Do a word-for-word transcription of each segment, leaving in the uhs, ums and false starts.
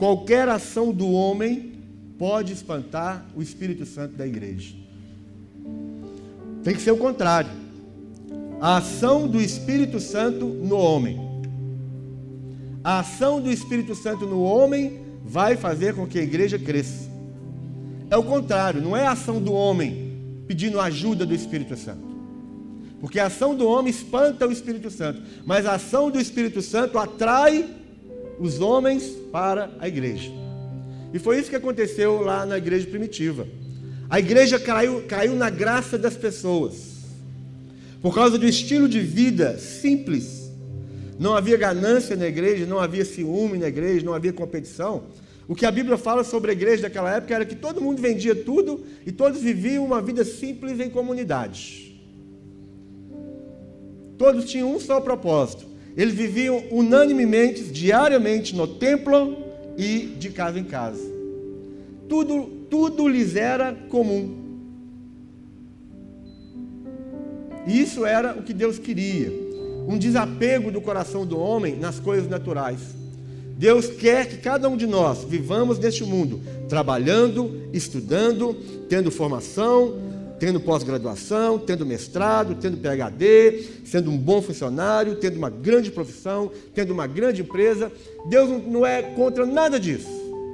qualquer ação do homem pode espantar o Espírito Santo da igreja. Tem que ser o contrário. A ação do Espírito Santo no homem. A ação do Espírito Santo no homem vai fazer com que a igreja cresça. É o contrário, não é a ação do homem pedindo ajuda do Espírito Santo. Porque a ação do homem espanta o Espírito Santo, mas a ação do Espírito Santo atrai os homens para a igreja. E foi isso que aconteceu lá na igreja primitiva. A igreja caiu, caiu na graça das pessoas. Por causa do estilo de vida simples. Não havia ganância na igreja, não havia ciúme na igreja, não havia competição. O que a Bíblia fala sobre a igreja daquela época era que todo mundo vendia tudo e todos viviam uma vida simples em comunidade. Todos tinham um só propósito. Eles viviam unanimemente, diariamente, no templo e de casa em casa. Tudo, tudo lhes era comum. E isso era o que Deus queria. Um desapego do coração do homem nas coisas naturais. Deus quer que cada um de nós vivamos neste mundo, trabalhando, estudando, tendo formação, tendo pós-graduação, tendo mestrado, tendo P H D, sendo um bom funcionário, tendo uma grande profissão, tendo uma grande empresa. Deus não é contra nada disso.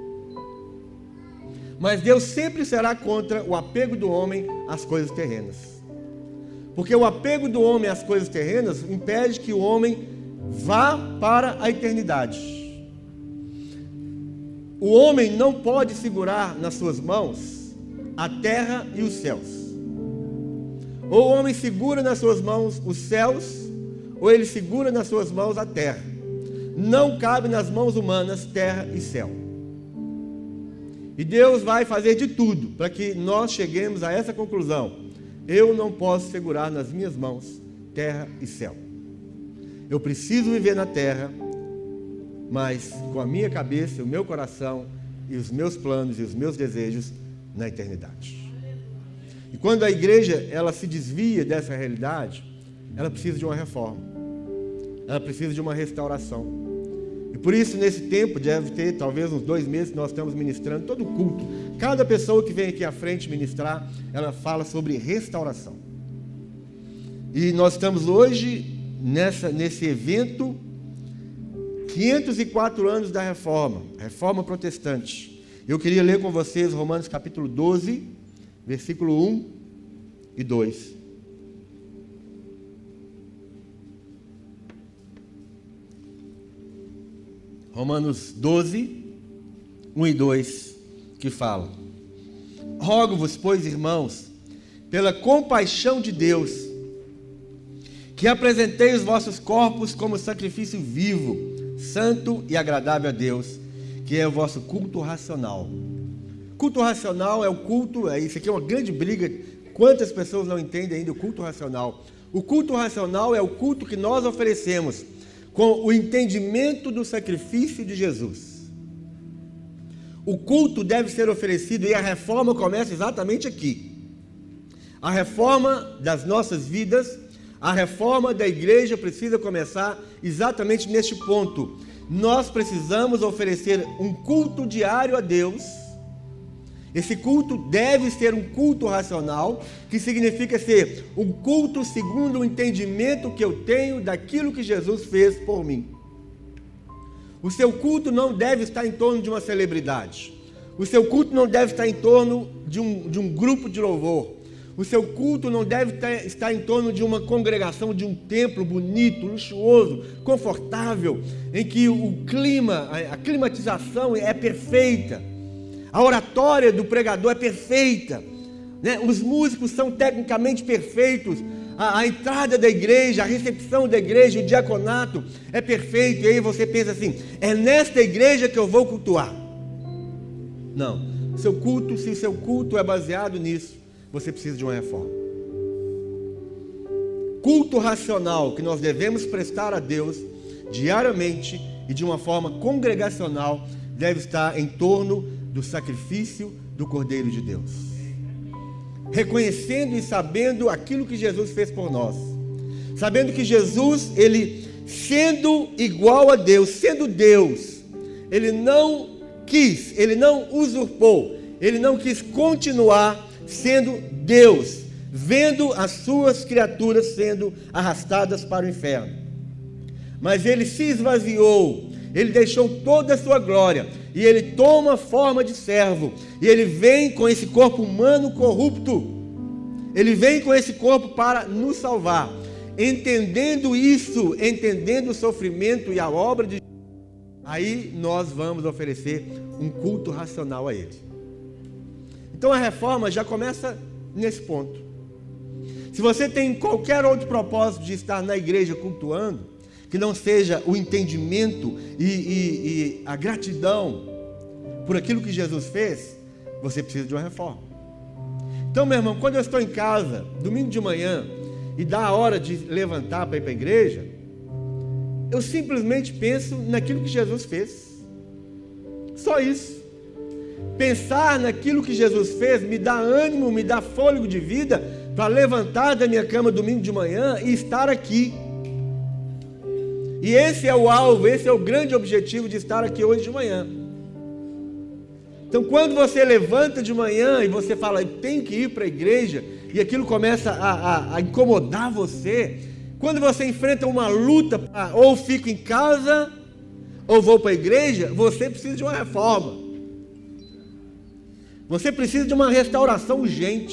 Mas Deus sempre será contra o apego do homem às coisas terrenas. Porque o apego do homem às coisas terrenas impede que o homem vá para a eternidade. O homem não pode segurar nas suas mãos a terra e os céus. Ou o homem segura nas suas mãos os céus, ou ele segura nas suas mãos a terra. Não cabe nas mãos humanas terra e céu. E Deus vai fazer de tudo para que nós cheguemos a essa conclusão. Eu não posso segurar nas minhas mãos terra e céu. Eu preciso viver na terra, mas com a minha cabeça, o meu coração e os meus planos e os meus desejos na eternidade. E quando a igreja ela se desvia dessa realidade, ela precisa de uma reforma. Ela precisa de uma restauração. E por isso, nesse tempo, deve ter talvez uns dois meses que nós estamos ministrando todo o culto. Cada pessoa que vem aqui à frente ministrar, ela fala sobre restauração. E nós estamos hoje nessa, nesse evento, quinhentos e quatro anos da Reforma, Reforma Protestante. Eu queria ler com vocês Romanos capítulo doze, versículo um e dois. Romanos doze, um e dois, que fala: Rogo-vos, pois, irmãos, pela compaixão de Deus, que apresentei os vossos corpos como sacrifício vivo, santo e agradável a Deus, que é o vosso culto racional. Culto racional é o culto, é isso aqui é uma grande briga, quantas pessoas não entendem ainda o culto racional? O culto racional é o culto que nós oferecemos com o entendimento do sacrifício de Jesus. O culto deve ser oferecido e a reforma começa exatamente aqui. A reforma das nossas vidas, a reforma da igreja precisa começar exatamente neste ponto. Nós precisamos oferecer um culto diário a Deus. Esse culto deve ser um culto racional, que significa ser um culto segundo o entendimento que eu tenho daquilo que Jesus fez por mim. O seu culto não deve estar em torno de uma celebridade. O seu culto não deve estar em torno de um, de um grupo de louvor. O seu culto não deve ter, estar em torno de uma congregação, de um templo bonito, luxuoso, confortável, em que o clima, a climatização é perfeita. A oratória do pregador é perfeita, né? Os músicos são tecnicamente perfeitos, a, a entrada da igreja, a recepção da igreja, o diaconato é perfeito. E aí você pensa assim, é nesta igreja que eu vou cultuar. Não, seu culto, se o seu culto é baseado nisso, você precisa de uma reforma. Culto racional que nós devemos prestar a Deus diariamente e de uma forma congregacional deve estar em torno do sacrifício do Cordeiro de Deus, reconhecendo e sabendo aquilo que Jesus fez por nós, sabendo que Jesus, ele sendo igual a Deus, sendo Deus, ele não quis, ele não usurpou, ele não quis continuar sendo Deus, vendo as suas criaturas sendo arrastadas para o inferno. Mas ele se esvaziou, ele deixou toda a sua glória, e ele toma forma de servo, e ele vem com esse corpo humano corrupto, ele vem com esse corpo para nos salvar. Entendendo isso, entendendo o sofrimento e a obra de Jesus, aí nós vamos oferecer um culto racional a ele. Então a reforma já começa nesse ponto. Se você tem qualquer outro propósito de estar na igreja cultuando, que não seja o entendimento e, e, e a gratidão por aquilo que Jesus fez, você precisa de uma reforma. Então, meu irmão, quando eu estou em casa, domingo de manhã, e dá a hora de levantar para ir para a igreja, eu simplesmente penso naquilo que Jesus fez. Só isso. Pensar naquilo que Jesus fez me dá ânimo, me dá fôlego de vida para levantar da minha cama domingo de manhã e estar aqui. E esse é o alvo, esse é o grande objetivo de estar aqui hoje de manhã. Então, quando você levanta de manhã e você fala, eu tenho que ir para a igreja, e aquilo começa a, a, a incomodar você, quando você enfrenta uma luta, ou fico em casa, ou vou para a igreja, você precisa de uma reforma. Você precisa de uma restauração urgente.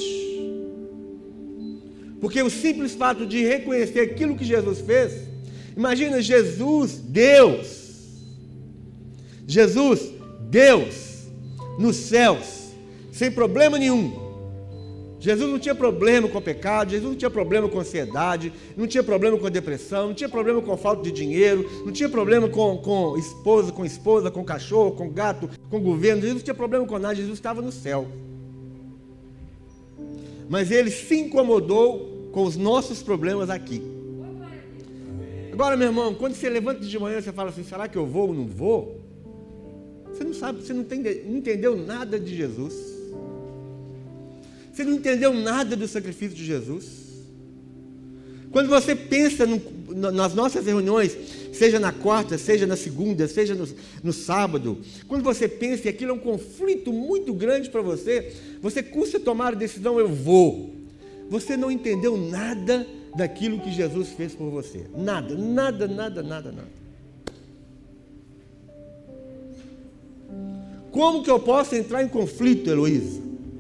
Porque o simples fato de reconhecer aquilo que Jesus fez, imagina Jesus, Deus, Jesus, Deus, nos céus, sem problema nenhum. Jesus não tinha problema com o pecado, Jesus não tinha problema com ansiedade, não tinha problema com a depressão, não tinha problema com a falta de dinheiro, não tinha problema com, com esposa, com esposa, com cachorro, com gato, com governo. Jesus não tinha problema com nada, Jesus estava no céu. Mas ele se incomodou com os nossos problemas aqui. Agora, meu irmão, quando você levanta de manhã, você fala assim, será que eu vou ou não vou? Você não sabe, você não, tem, não entendeu nada de Jesus. Você não entendeu nada do sacrifício de Jesus. Quando você pensa no, nas nossas reuniões, seja na quarta, seja na segunda, seja no, no sábado, quando você pensa, e aquilo é um conflito muito grande para você, você custa tomar a decisão, eu vou. Você não entendeu nada daquilo que Jesus fez por você. Nada, nada, nada, nada, nada. Como que eu posso entrar em conflito, Heloísa?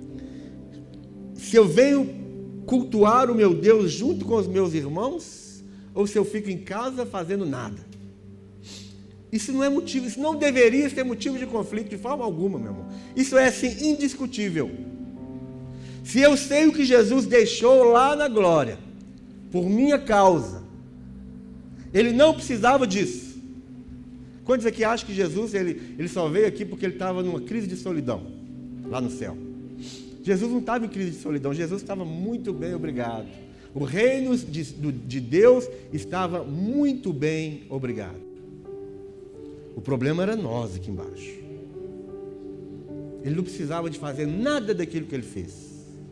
Se eu venho cultuar o meu Deus junto com os meus irmãos, ou se eu fico em casa fazendo nada? Isso não é motivo, isso não deveria ser motivo de conflito de forma alguma, meu irmão. Isso é assim indiscutível. Se eu sei o que Jesus deixou lá na glória, por minha causa, ele não precisava disso. Quantos aqui acham que Jesus ele, ele só veio aqui porque ele estava numa crise de solidão, lá no céu? Jesus não estava em crise de solidão, Jesus estava muito bem, obrigado. O reino de, de Deus estava muito bem, obrigado. O problema era nós aqui embaixo. Ele não precisava de fazer nada daquilo que ele fez.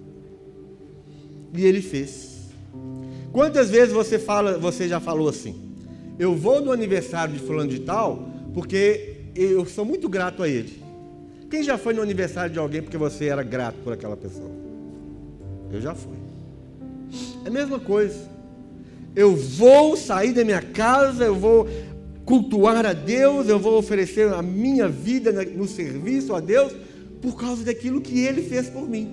E ele fez. Quantas vezes você, fala, você já falou assim, eu vou no aniversário de fulano de tal, porque eu sou muito grato a ele. Quem já foi no aniversário de alguém porque você era grato por aquela pessoa? Eu já fui. É a mesma coisa. Eu vou sair da minha casa, eu vou cultuar a Deus, eu vou oferecer a minha vida no serviço a Deus, por causa daquilo que ele fez por mim.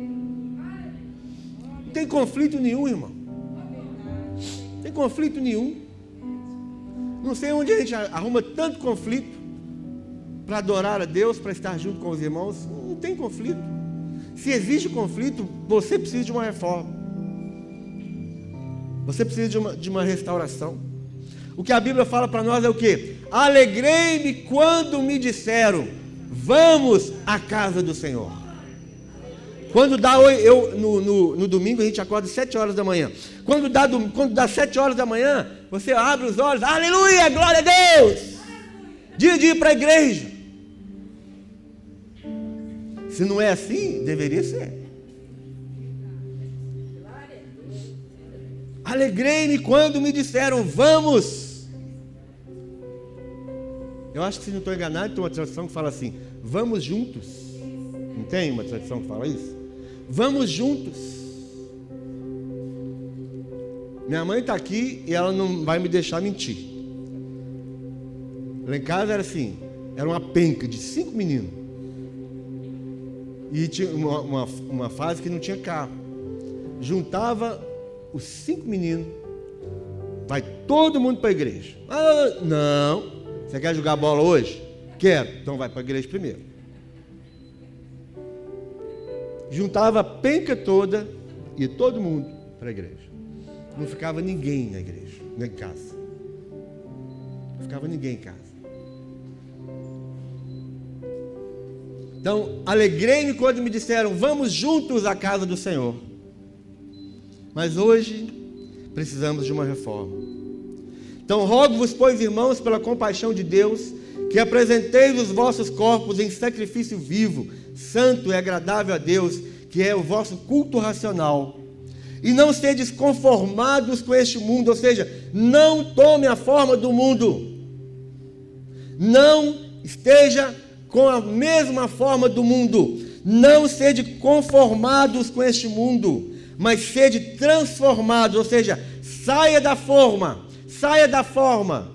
Não tem conflito nenhum, irmão. Não tem conflito nenhum. Não sei onde a gente arruma tanto conflito para adorar a Deus, para estar junto com os irmãos. Não tem conflito. Se existe conflito, você precisa de uma reforma. Você precisa de uma, de uma restauração. O que a Bíblia fala para nós é o quê? Alegrei-me quando me disseram, vamos à casa do Senhor. Quando dá, eu, no, no, no domingo a gente acorda às sete horas da manhã. Quando dá, quando dá sete horas da manhã, você abre os olhos, aleluia, glória a Deus. Dia de ir para a igreja. Se não é assim, deveria ser. Alegrei-me quando me disseram, vamos. Eu acho que se não estou enganado, tem uma tradução que fala assim, vamos juntos. Não tem uma tradição que fala isso? Vamos juntos. Minha mãe está aqui e ela não vai me deixar mentir. Lá em casa era assim, era uma penca de cinco meninos. E tinha uma, uma, uma fase que não tinha carro. Juntava os cinco meninos, vai todo mundo para a igreja. Ah, não, você quer jogar bola hoje? Quero, então vai para a igreja primeiro. Juntava a penca toda e todo mundo para a igreja. Não ficava ninguém na igreja, nem em casa. Não ficava ninguém em casa. Então, alegrei-me quando me disseram, vamos juntos à casa do Senhor. Mas hoje, precisamos de uma reforma. Então, rogo-vos, pois, irmãos, pela compaixão de Deus, que apresenteis os vossos corpos em sacrifício vivo, santo e agradável a Deus, que é o vosso culto racional. E não sedes conformados com este mundo, ou seja, não tome a forma do mundo. Não esteja com a mesma forma do mundo. Não sede conformados com este mundo, mas sede transformados, ou seja, saia da forma, saia da forma.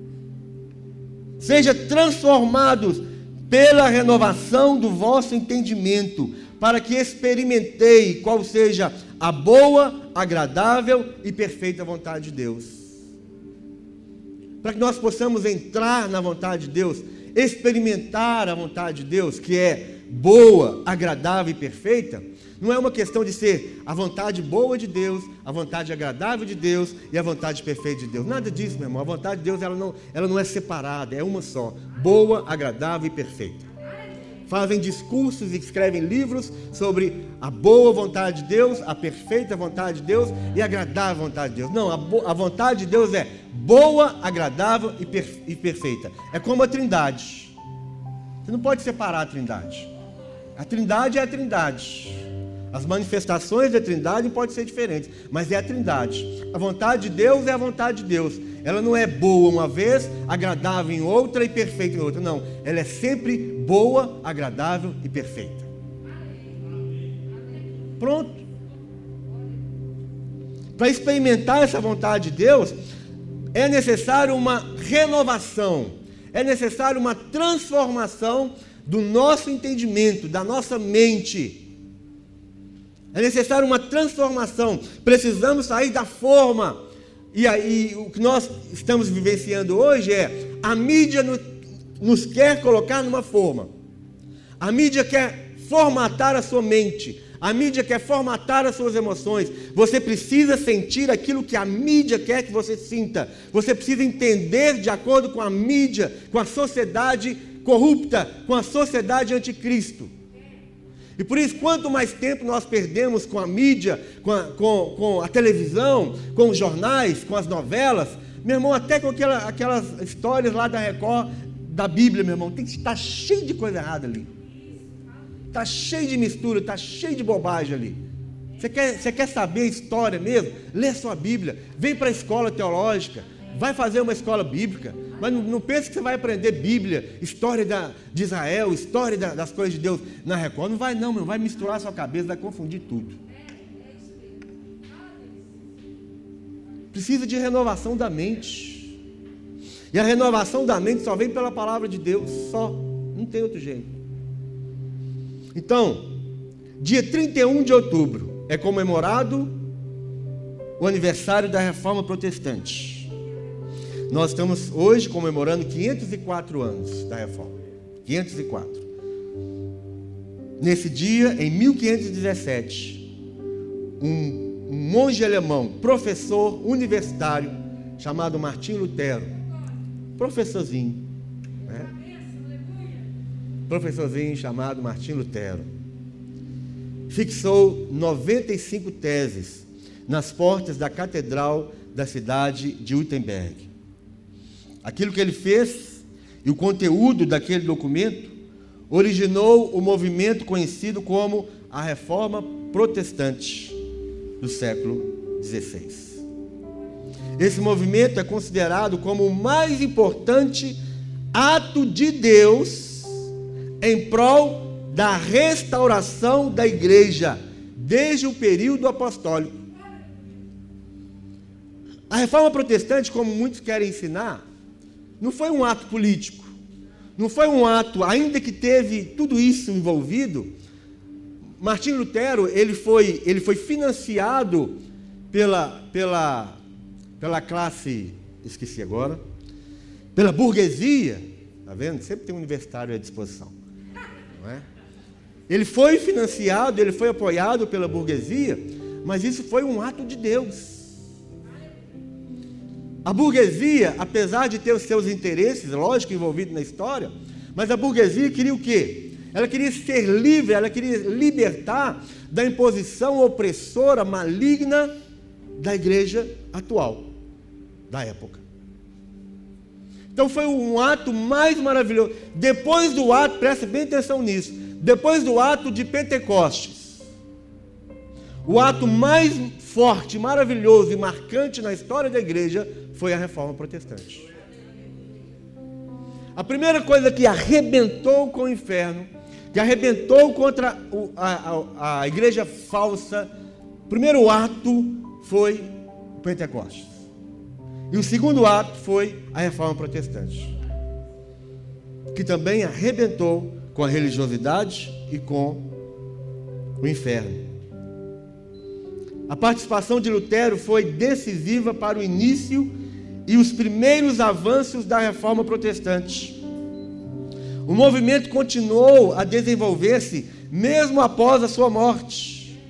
Seja transformados pela renovação do vosso entendimento, para que experimentei qual seja a boa, agradável e perfeita vontade de Deus. Para que nós possamos entrar na vontade de Deus, experimentar a vontade de Deus, que é boa, agradável e perfeita, não é uma questão de ser a vontade boa de Deus, a vontade agradável de Deus e a vontade perfeita de Deus. Nada disso, meu irmão. A vontade de Deus ela não, ela não é separada, é uma só. Boa, agradável e perfeita. Fazem discursos e escrevem livros sobre a boa vontade de Deus, a perfeita vontade de Deus e a agradável vontade de Deus. Não, a, bo- a vontade de Deus é boa, agradável e, per- e perfeita. É como a Trindade. Você não pode separar a Trindade. A Trindade é a Trindade. As manifestações da Trindade podem ser diferentes, mas é a Trindade. A vontade de Deus é a vontade de Deus. Ela não é boa uma vez, agradável em outra e perfeita em outra. Não, ela é sempre boa, agradável e perfeita. Pronto. Para experimentar essa vontade de Deus, é necessário uma renovação, é necessário uma transformação do nosso entendimento, da nossa mente. É necessário uma transformação. Precisamos sair da forma. E aí, o que nós estamos vivenciando hoje é a mídia no, nos quer colocar numa forma. A mídia quer formatar a sua mente. A mídia quer formatar as suas emoções. Você precisa sentir aquilo que a mídia quer que você sinta. Você precisa entender de acordo com a mídia, com a sociedade corrupta, com a sociedade anticristo. E por isso, quanto mais tempo nós perdemos com a mídia, com a, com, com a televisão, com os jornais, com as novelas, meu irmão, até com aquela, aquelas histórias lá da Record, da Bíblia, meu irmão, tem que estar cheio de coisa errada ali. Está cheio de mistura, está cheio de bobagem ali. Você quer, você quer saber a história mesmo? Lê sua Bíblia, vem para a escola teológica, vai fazer uma escola bíblica, mas não, não pense que você vai aprender Bíblia, história da, de Israel, história da, das coisas de Deus na Record. Não vai não, meu, vai misturar a sua cabeça, vai confundir tudo. Precisa de renovação da mente. E a renovação da mente só vem pela palavra de Deus, só, não tem outro jeito. Então, dia trinta e um de outubro é comemorado o aniversário da Reforma Protestante. Nós estamos hoje comemorando quinhentos e quatro anos da Reforma. quinhentos e quatro. Nesse dia, em mil quinhentos e dezessete, um, um monge alemão, professor universitário, chamado Martinho Lutero, professorzinho, né? professorzinho chamado Martinho Lutero, fixou noventa e cinco teses nas portas da catedral da cidade de Wittenberg. Aquilo que ele fez e o conteúdo daquele documento originou o movimento conhecido como a Reforma Protestante do século dezesseis. Esse movimento é considerado como o mais importante ato de Deus em prol da restauração da igreja, desde o período apostólico. A reforma protestante, como muitos querem ensinar, não foi um ato político, não foi um ato, ainda que teve tudo isso envolvido. Martinho Lutero, ele foi, ele foi financiado pela, pela, pela classe, esqueci agora, pela burguesia, está vendo? Sempre tem um universitário à disposição, não é? Ele foi financiado, ele foi apoiado pela burguesia, mas isso foi um ato de Deus. A burguesia, apesar de ter os seus interesses, lógico, envolvidos na história, mas a burguesia queria o quê? Ela queria ser livre, ela queria libertar da imposição opressora, maligna da igreja atual, da época. Então foi um ato mais maravilhoso. Depois do ato, preste bem atenção nisso, depois do ato de Pentecostes, o ato mais forte, maravilhoso e marcante na história da igreja foi a Reforma Protestante. A primeira coisa que arrebentou com o inferno, que arrebentou contra o, a, a, a igreja falsa, o primeiro ato foi o Pentecostes. E o segundo ato foi a Reforma Protestante, que também arrebentou com a religiosidade e com o inferno. A participação de Lutero foi decisiva para o início e os primeiros avanços da Reforma Protestante. O movimento continuou a desenvolver-se mesmo após a sua morte.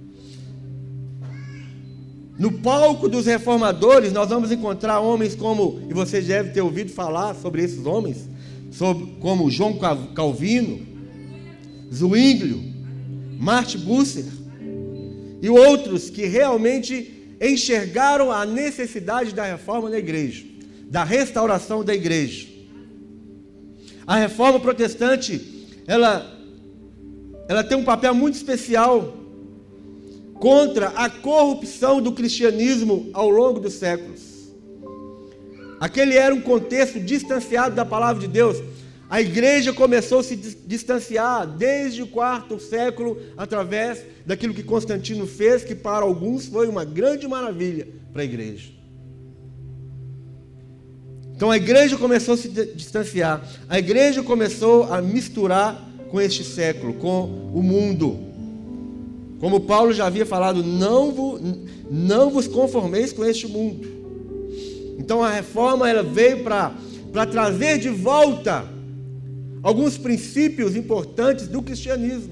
No palco dos reformadores, nós vamos encontrar homens como, e você deve ter ouvido falar sobre esses homens, sobre, como João Calvino, Zwinglio, Martin Bucer, e outros que realmente enxergaram a necessidade da reforma na igreja, da restauração da igreja. A Reforma Protestante, ela, ela tem um papel muito especial contra a corrupção do cristianismo ao longo dos séculos. Aquele era um contexto distanciado da palavra de Deus. A igreja começou a se distanciar desde o quarto século, através daquilo que Constantino fez, que para alguns foi uma grande maravilha para a igreja. Então a igreja começou a se distanciar, a igreja começou a misturar com este século, com o mundo. Como Paulo já havia falado, não vos, não vos conformeis com este mundo. Então a reforma ela veio para para trazer de volta alguns princípios importantes do cristianismo.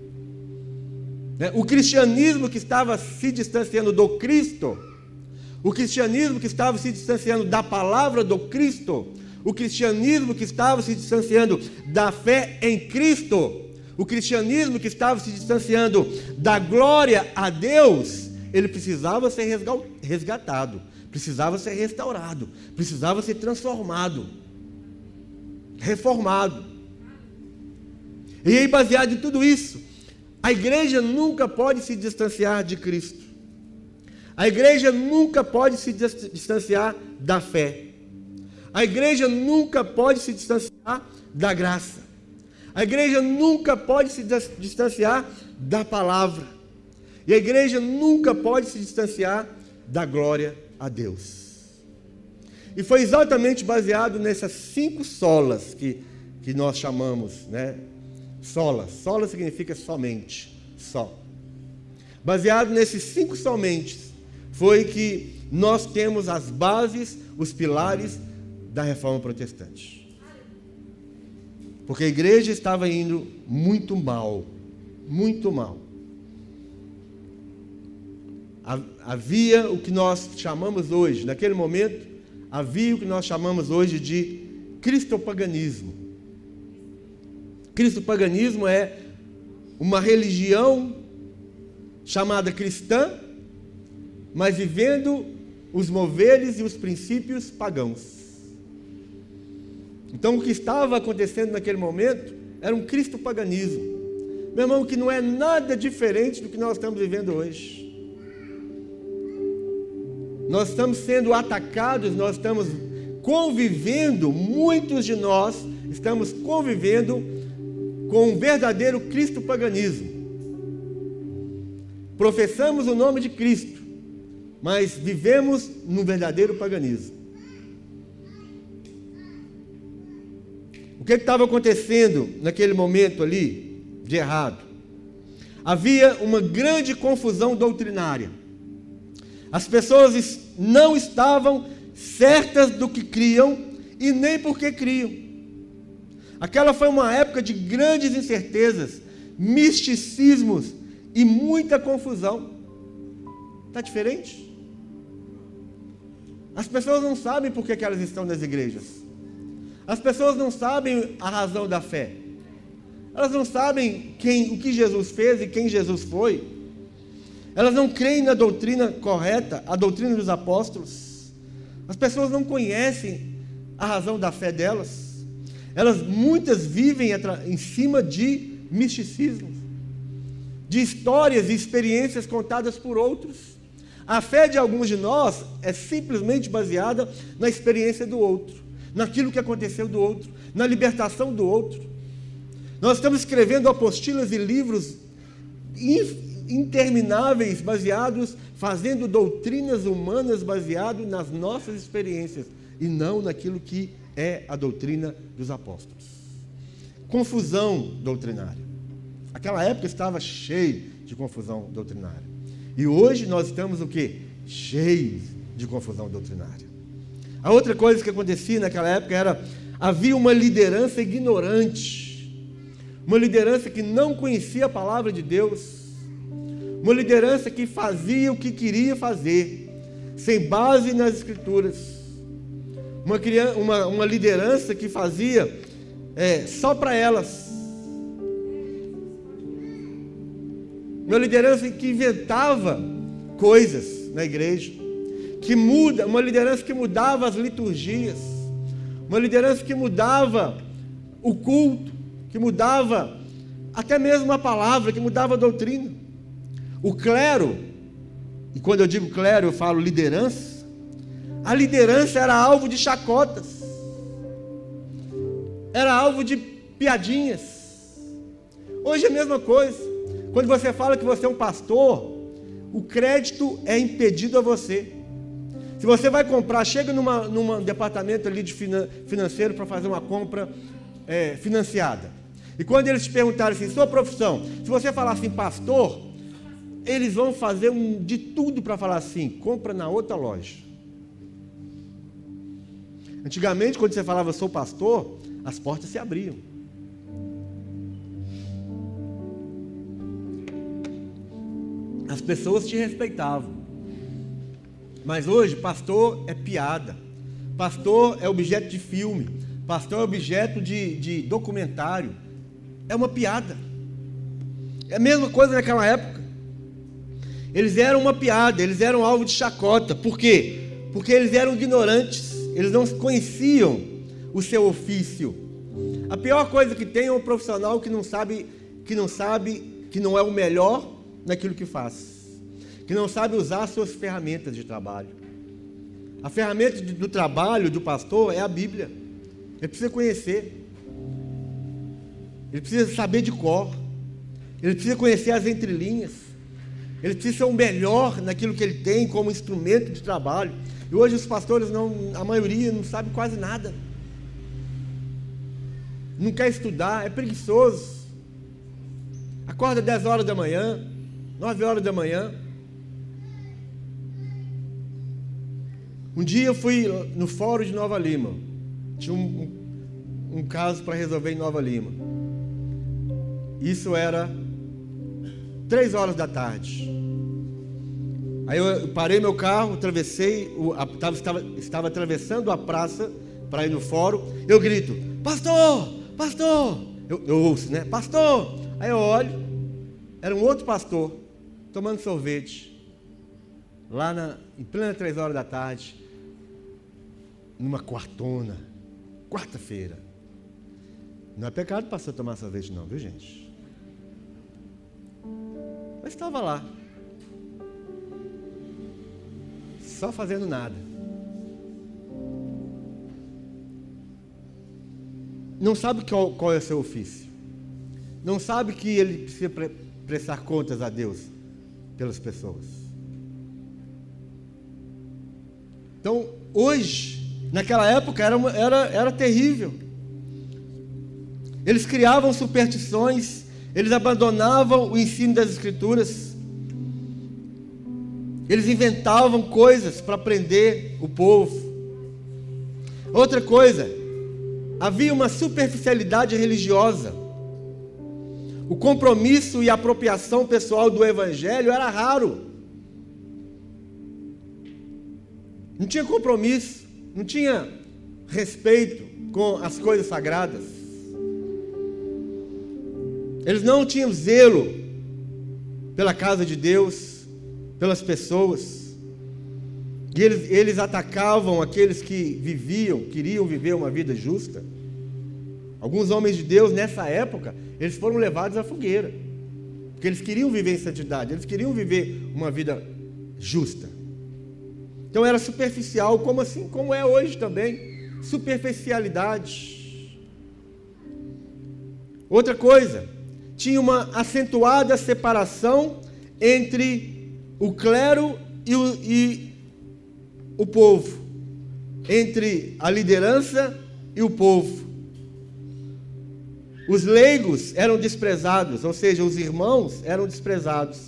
O cristianismo que estava se distanciando do Cristo, o cristianismo que estava se distanciando da palavra do Cristo, o cristianismo que estava se distanciando da fé em Cristo, o cristianismo que estava se distanciando da glória a Deus, ele precisava ser resgatado, precisava ser restaurado, precisava ser transformado, reformado. E aí, baseado em tudo isso, a igreja nunca pode se distanciar de Cristo. A igreja nunca pode se distanciar da fé. A igreja nunca pode se distanciar da graça. A igreja nunca pode se distanciar da palavra. E a igreja nunca pode se distanciar da glória a Deus. E foi exatamente baseado nessas cinco solas que, que nós chamamos, né? Sola. Sola significa somente, só. Baseado nesses cinco somente, foi que nós temos as bases, os pilares da Reforma Protestante. Porque a igreja estava indo muito mal, muito mal. Havia o que nós chamamos hoje, naquele momento, havia o que nós chamamos hoje de cristopaganismo. Cristopaganismo é uma religião chamada cristã, mas vivendo os moveres e os princípios pagãos. Então o que estava acontecendo naquele momento era um cristopaganismo. Meu irmão, que não é nada diferente do que nós estamos vivendo hoje. Nós estamos sendo atacados, nós estamos convivendo, muitos de nós estamos convivendo com um verdadeiro cristo-paganismo. Professamos o nome de Cristo, mas vivemos num verdadeiro paganismo. O que estava acontecendo naquele momento ali de errado? Havia uma grande confusão doutrinária. As pessoas não estavam certas do que criam e nem por que criam. Aquela foi uma época de grandes incertezas, misticismos e muita confusão. Está diferente? As pessoas não sabem por que que elas estão nas igrejas. As pessoas não sabem a razão da fé. Elas não sabem quem, o que Jesus fez e quem Jesus foi. Elas não creem na doutrina correta, a doutrina dos apóstolos. As pessoas não conhecem a razão da fé delas. Elas, muitas vivem em cima de misticismo, de histórias e experiências contadas por outros. A fé de alguns de nós é simplesmente baseada na experiência do outro, naquilo que aconteceu do outro, na libertação do outro. Nós estamos escrevendo apostilas e livros intermináveis, baseados, fazendo doutrinas humanas baseadas nas nossas experiências e não naquilo que é a doutrina dos apóstolos. Confusão doutrinária. Aquela época estava cheia de confusão doutrinária. E hoje nós estamos o quê? Cheios de confusão doutrinária. A outra coisa que acontecia naquela época era, havia uma liderança ignorante, uma liderança que não conhecia a palavra de Deus, uma liderança que fazia o que queria fazer, sem base nas Escrituras. Uma, uma, uma liderança que fazia é, só para elas. Uma liderança que inventava coisas na igreja, que muda, uma liderança que mudava as liturgias, uma liderança que mudava o culto, que mudava até mesmo a palavra, que mudava a doutrina. O clero, e quando eu digo clero eu falo liderança, a liderança era alvo de chacotas, era alvo de piadinhas. Hoje é a mesma coisa. Quando você fala que você é um pastor, o crédito é impedido a você. Se você vai comprar, chega numa, num departamento ali de finan, financeiro para fazer uma compra é, financiada. E quando eles te perguntarem assim, sua profissão, se você falar assim, pastor, eles vão fazer um, de tudo para falar assim, compra na outra loja. Antigamente, quando você falava sou pastor, as portas se abriam. As pessoas te respeitavam. Mas hoje, pastor é piada. Pastor é objeto de filme. Pastor é objeto de, de documentário. É uma piada. É a mesma coisa naquela época. Eles eram uma piada, eles eram alvo de chacota. Por quê? Porque eles eram ignorantes. Eles não conheciam o seu ofício. A pior coisa que tem é um profissional que não sabe, que não sabe, que não é o melhor naquilo que faz, que não sabe usar as suas ferramentas de trabalho. A ferramenta de, do trabalho do pastor é a Bíblia. Ele precisa conhecer, ele precisa saber de cor, ele precisa conhecer as entrelinhas, ele precisa ser o melhor naquilo que ele tem como instrumento de trabalho. E hoje os pastores, não, a maioria não sabe quase nada, não quer estudar, é preguiçoso, acorda dez horas da manhã, nove horas da manhã. Um dia eu fui no Fórum de Nova Lima, tinha um, um, um caso para resolver em Nova Lima. Isso era três horas da tarde. Aí eu parei meu carro, atravessei, o, a, tava, estava, estava atravessando a praça para ir no fórum. Eu grito, pastor, pastor, eu, eu ouço, né? Pastor. Aí eu olho, era um outro pastor tomando sorvete lá na, em plena três horas da tarde, numa quartona, quarta-feira. Não é pecado pastor tomar sorvete não, viu gente? Mas estava lá, só fazendo nada. Não sabe qual, qual é o seu ofício. não sabe que ele precisa pre- prestar contas a Deus pelas pessoas. Então, hoje, naquela época, era, uma, era, era terrível. Eles criavam superstições, eles abandonavam o ensino das Escrituras, eles inventavam coisas para prender o povo. Outra coisa, havia uma superficialidade religiosa. O compromisso e a apropriação pessoal do Evangelho era raro. Não tinha compromisso, não tinha respeito com as coisas sagradas. Eles não tinham zelo pela casa de Deus, pelas pessoas. E eles, eles atacavam aqueles que viviam, queriam viver uma vida justa. Alguns homens de Deus, nessa época, eles foram levados à fogueira. Porque eles queriam viver em santidade, eles queriam viver uma vida justa. Então era superficial, como assim, como é hoje também. Superficialidade. Outra coisa, tinha uma acentuada separação entre o clero e o, e o povo, entre a liderança e o povo. Os leigos eram desprezados, ou seja, os irmãos eram desprezados.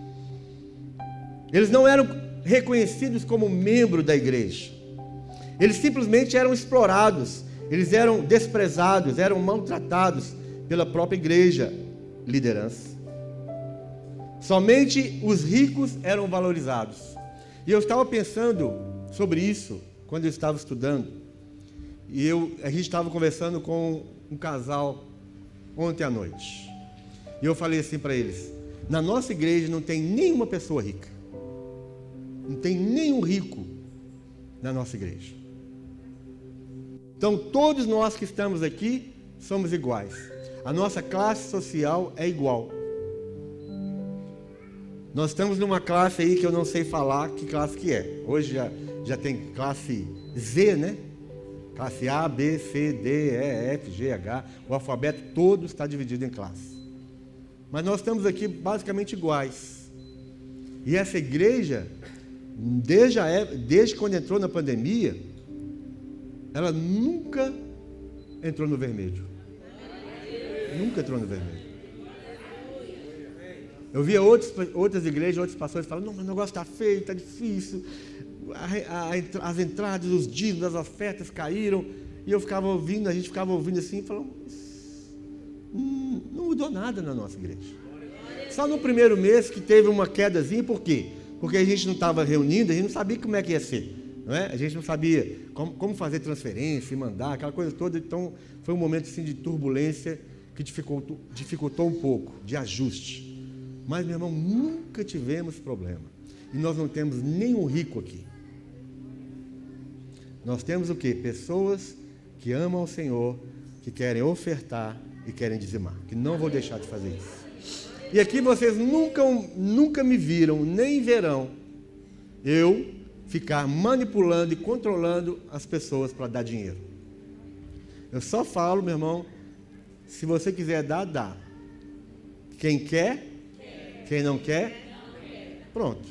Eles não eram reconhecidos como membro da igreja. Eles simplesmente eram explorados, eles eram desprezados, eram maltratados pela própria igreja, liderança. Somente os ricos eram valorizados. E eu estava pensando sobre isso quando eu estava estudando. E eu, a gente estava conversando com um casal ontem à noite. E eu falei assim para eles: na nossa igreja não tem nenhuma pessoa rica. Não tem nenhum rico na nossa igreja. Então todos nós que estamos aqui somos iguais. A nossa classe social é igual. Nós estamos numa classe aí que eu não sei falar que classe que é. Hoje já, já tem classe Z, né? Classe A, B, C, D, E, F, G, H. O alfabeto todo está dividido em classes. Mas nós estamos aqui basicamente iguais. E essa igreja, desde, a época, desde quando entrou na pandemia, ela nunca entrou no vermelho. Nunca entrou no vermelho. Eu via outros, outras igrejas, outros pastores falando: não, mas o negócio está feio, está difícil, a, a, as entradas, os dízimos, as ofertas caíram. E eu ficava ouvindo, a gente ficava ouvindo assim, falando: hum, não mudou nada na nossa igreja. Só no primeiro mês que teve uma quedazinha. Por quê? Porque a gente não estava reunindo, a gente não sabia como é que ia ser, não é? A gente não sabia como, como fazer transferência, mandar, aquela coisa toda. Então foi um momento assim, de turbulência que dificultou, dificultou um pouco, de ajuste. Mas, meu irmão, nunca tivemos problema. E nós não temos nenhum rico aqui. Nós temos o quê? Pessoas que amam o Senhor, que querem ofertar e querem dizimar, que não vou deixar de fazer isso. E aqui vocês nunca, nunca me viram, nem verão eu ficar manipulando e controlando as pessoas para dar dinheiro. Eu só falo, meu irmão, se você quiser dar, dá. Quem quer, quem não quer, pronto.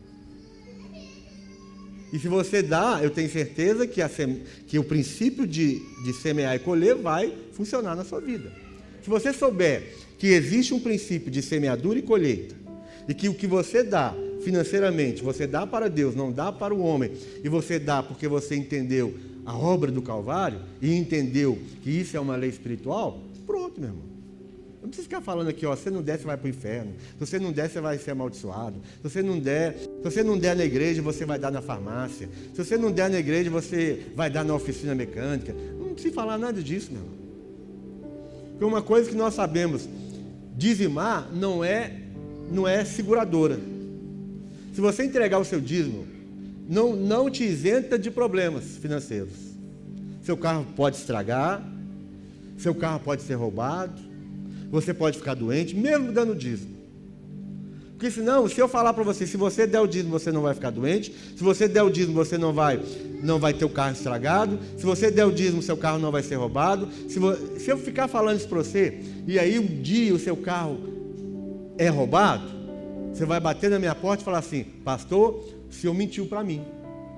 E se você dá, eu tenho certeza que, a sem... que o princípio de, de semear e colher vai funcionar na sua vida. Se você souber que existe um princípio de semeadura e colheita, e que o que você dá financeiramente, você dá para Deus, não dá para o homem, e você dá porque você entendeu a obra do Calvário, e entendeu que isso é uma lei espiritual, pronto, meu irmão. Não precisa ficar falando aqui, ó, se você não der, você vai para o inferno. Se você não der, você vai ser amaldiçoado. Se você não der, se você não der na igreja, você vai dar na farmácia. Se você não der na igreja, você vai dar na oficina mecânica. Não precisa falar nada disso, meu irmão. Porque uma coisa que nós sabemos, dizimar não é, não é seguradora. Se você entregar o seu dízimo, não, não te isenta de problemas financeiros. Seu carro pode estragar, seu carro pode ser roubado, você pode ficar doente, mesmo dando dízimo. Porque senão, se eu falar para você, se você der o dízimo, você não vai ficar doente. Se você der o dízimo, você não vai, não vai ter o carro estragado. Se você der o dízimo, seu carro não vai ser roubado. Se, vo, se eu ficar falando isso para você, e aí um dia o seu carro é roubado, você vai bater na minha porta e falar assim: pastor, o senhor mentiu para mim.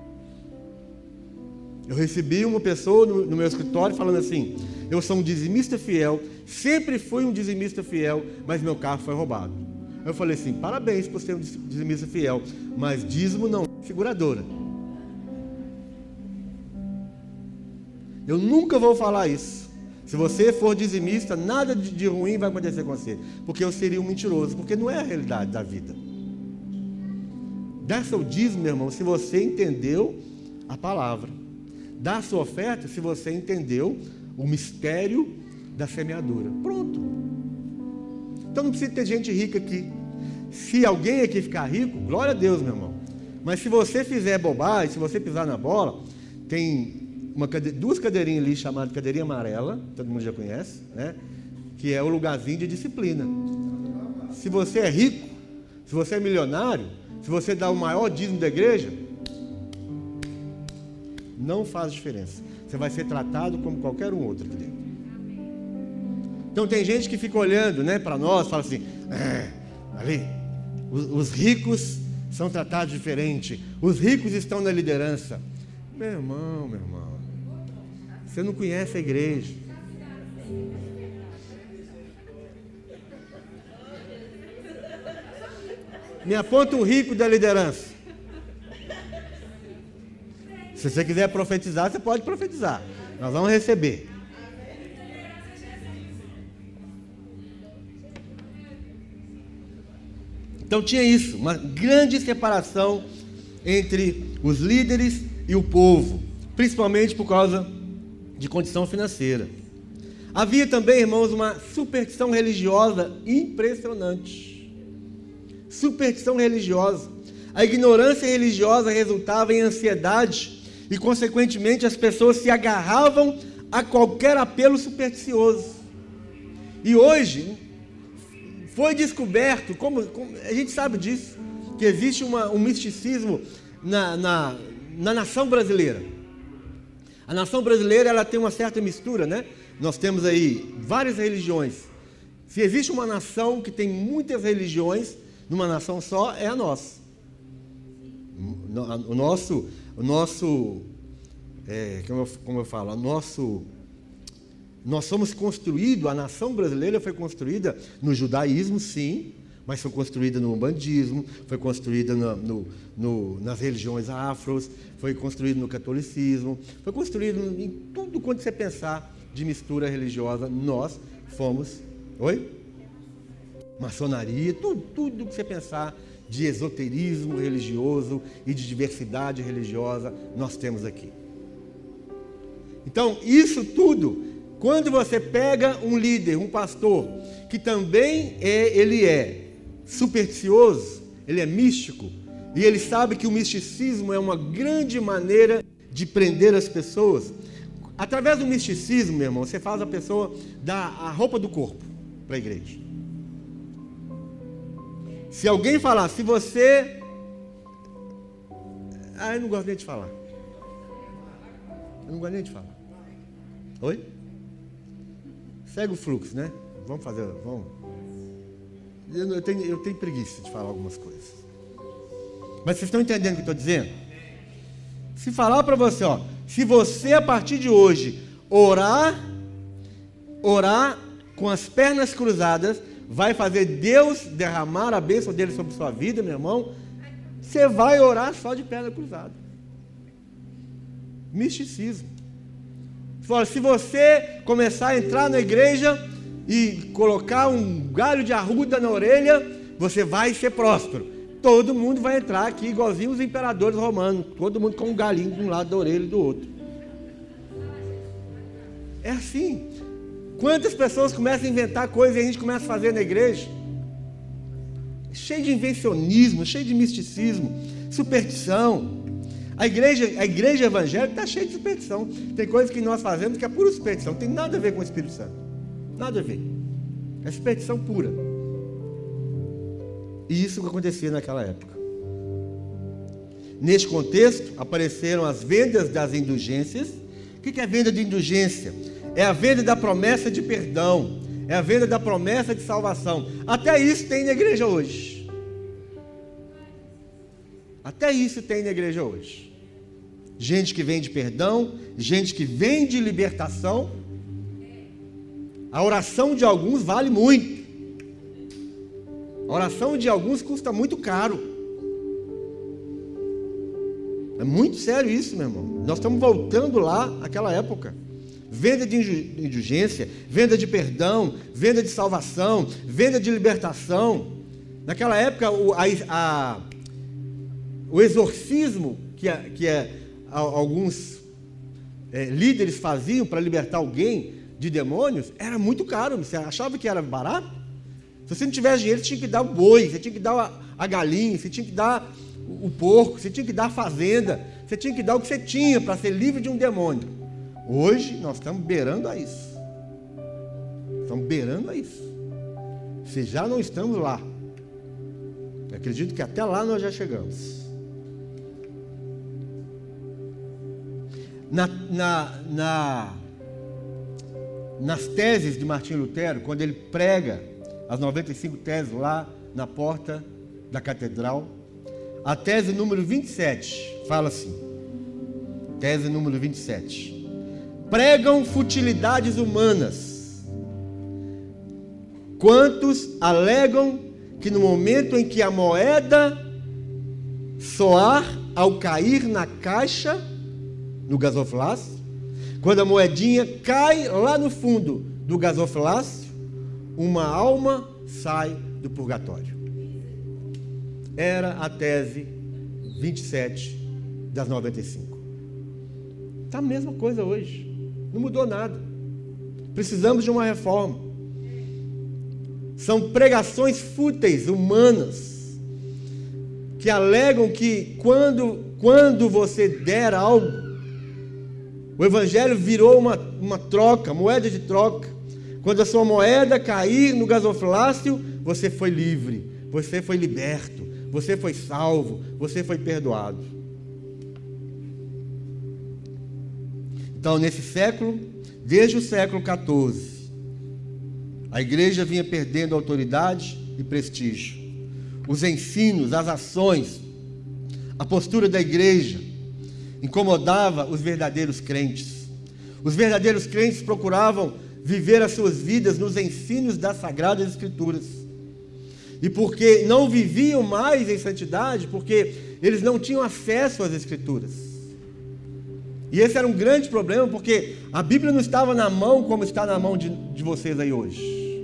Eu recebi uma pessoa no, no meu escritório falando assim: eu sou um dizimista fiel, sempre fui um dizimista fiel, mas meu carro foi roubado. Eu falei assim: parabéns por ser um dizimista fiel, mas dízimo não é seguradora. Eu nunca vou falar isso. Se você for dizimista, nada de, de ruim vai acontecer com você, porque eu seria um mentiroso, porque não é a realidade da vida. Dá seu dízimo, meu irmão, se você entendeu a palavra. Dá a sua oferta se você entendeu o mistério da semeadura. Pronto. Então não precisa ter gente rica aqui. Se alguém aqui ficar rico, glória a Deus, meu irmão. Mas se você fizer bobagem, se você pisar na bola, tem uma cade... duas cadeirinhas ali chamadas cadeirinha amarela, todo mundo já conhece, né? Que é o lugarzinho de disciplina. Se você é rico, se você é milionário, se você dá o maior dízimo da igreja, não faz diferença. Você vai ser tratado como qualquer um outro aqui dentro. Então tem gente que fica olhando, né, para nós, fala assim: é, ali, os, os ricos são tratados diferente. Os ricos estão na liderança. Meu irmão, meu irmão, você não conhece a igreja. Me aponta um rico da liderança. Se você quiser profetizar, você pode profetizar. Nós vamos receber. Então tinha isso, uma grande separação entre os líderes e o povo, principalmente por causa de condição financeira. Havia também, irmãos, uma superstição religiosa impressionante. Superstição religiosa. A ignorância religiosa resultava em ansiedade e, consequentemente, as pessoas se agarravam a qualquer apelo supersticioso. E hoje foi descoberto, como, como a gente sabe disso, que existe uma, um misticismo na, na, na nação brasileira. A nação brasileira, ela tem uma certa mistura, né? Nós temos aí várias religiões. Se existe uma nação que tem muitas religiões, numa nação só, é a nossa. O nosso, o nosso é, como, eu, como eu falo, o nosso, nós somos construídos, a nação brasileira foi construída no judaísmo, sim, mas foi construída no umbandismo, foi construída no, no, no, nas religiões afros, foi construída no catolicismo, foi construída em tudo quanto você pensar de mistura religiosa, nós fomos, oi? Maçonaria, tudo, tudo que você pensar de esoterismo religioso e de diversidade religiosa, nós temos aqui. Então, isso tudo, quando você pega um líder, um pastor, que também é, ele é supersticioso, ele é místico, e ele sabe que o misticismo é uma grande maneira de prender as pessoas. Através do misticismo, meu irmão, você faz a pessoa dar a roupa do corpo para a igreja. Se alguém falar, se você... Ah, eu não gosto nem de falar. Eu não gosto nem de falar. Oi? Segue o fluxo, né? Vamos fazer... Vamos. Eu, eu, tenho, eu tenho preguiça de falar algumas coisas. Mas vocês estão entendendo o que eu estou dizendo? Se falar para você, ó, se você a partir de hoje orar, orar com as pernas cruzadas, vai fazer Deus derramar a bênção dele sobre sua vida, meu irmão, você vai orar só de perna cruzada. Misticismo. Se você começar a entrar na igreja e colocar um galho de arruda na orelha, você vai ser próspero. Todo mundo vai entrar aqui igualzinho os imperadores romanos, todo mundo com um galinho de um lado da orelha e do outro. É assim. Quantas pessoas começam a inventar coisas e a gente começa a fazer na igreja? Cheio de invencionismo, cheio de misticismo, superstição. A igreja, a igreja evangélica está cheia de superstição. Tem coisas que nós fazemos que é pura superstição. Não tem nada a ver com o Espírito Santo. Nada a ver. É superstição pura. E isso que acontecia naquela época. Neste contexto, apareceram as vendas das indulgências. O que é a venda de indulgência? É a venda da promessa de perdão. É a venda da promessa de salvação. Até isso tem na igreja hoje. Até isso tem na igreja hoje. Gente que vende perdão, gente que vende libertação. A oração de alguns vale muito. A oração de alguns custa muito caro. É muito sério isso, meu irmão. Nós estamos voltando lá àquela época. Venda de indulgência, venda de perdão, venda de salvação, venda de libertação. Naquela época, o, a, a, o exorcismo que, a, que a, a, alguns é, líderes faziam para libertar alguém de demônios era muito caro. Você achava que era barato? Se você não tivesse dinheiro, você tinha que dar o boi, você tinha que dar a, a galinha, você tinha que dar o, o porco, você tinha que dar a fazenda, você tinha que dar o que você tinha para ser livre de um demônio. Hoje nós estamos beirando a isso. Estamos beirando a isso. Se já não estamos lá, eu acredito que até lá nós já chegamos. Na, na, na, nas teses de Martinho Lutero, quando ele prega as noventa e cinco teses lá na porta da catedral, a tese número vinte e sete fala assim, tese número vinte e sete: pregam futilidades humanas. Quantos alegam que no momento em que a moeda soar ao cair na caixa, no gasofilácio, quando a moedinha cai lá no fundo do gasofilácio, uma alma sai do purgatório. Era a tese vinte e sete das noventa e cinco. Está a mesma coisa hoje. Não mudou nada. Precisamos de uma reforma. São pregações fúteis, humanas, que alegam que quando, quando você der algo, o evangelho virou uma, uma troca, moeda de troca. Quando a sua moeda cair no gasofilácio, você foi livre, você foi liberto, você foi salvo, você foi perdoado. Então, nesse século, desde o século quatorze, a igreja vinha perdendo autoridade e prestígio. Os ensinos, as ações, a postura da igreja incomodava os verdadeiros crentes. Os verdadeiros crentes procuravam viver as suas vidas nos ensinos das Sagradas Escrituras. E porque não viviam mais em santidade, porque eles não tinham acesso às Escrituras. E esse era um grande problema, porque a Bíblia não estava na mão como está na mão de, de vocês aí hoje.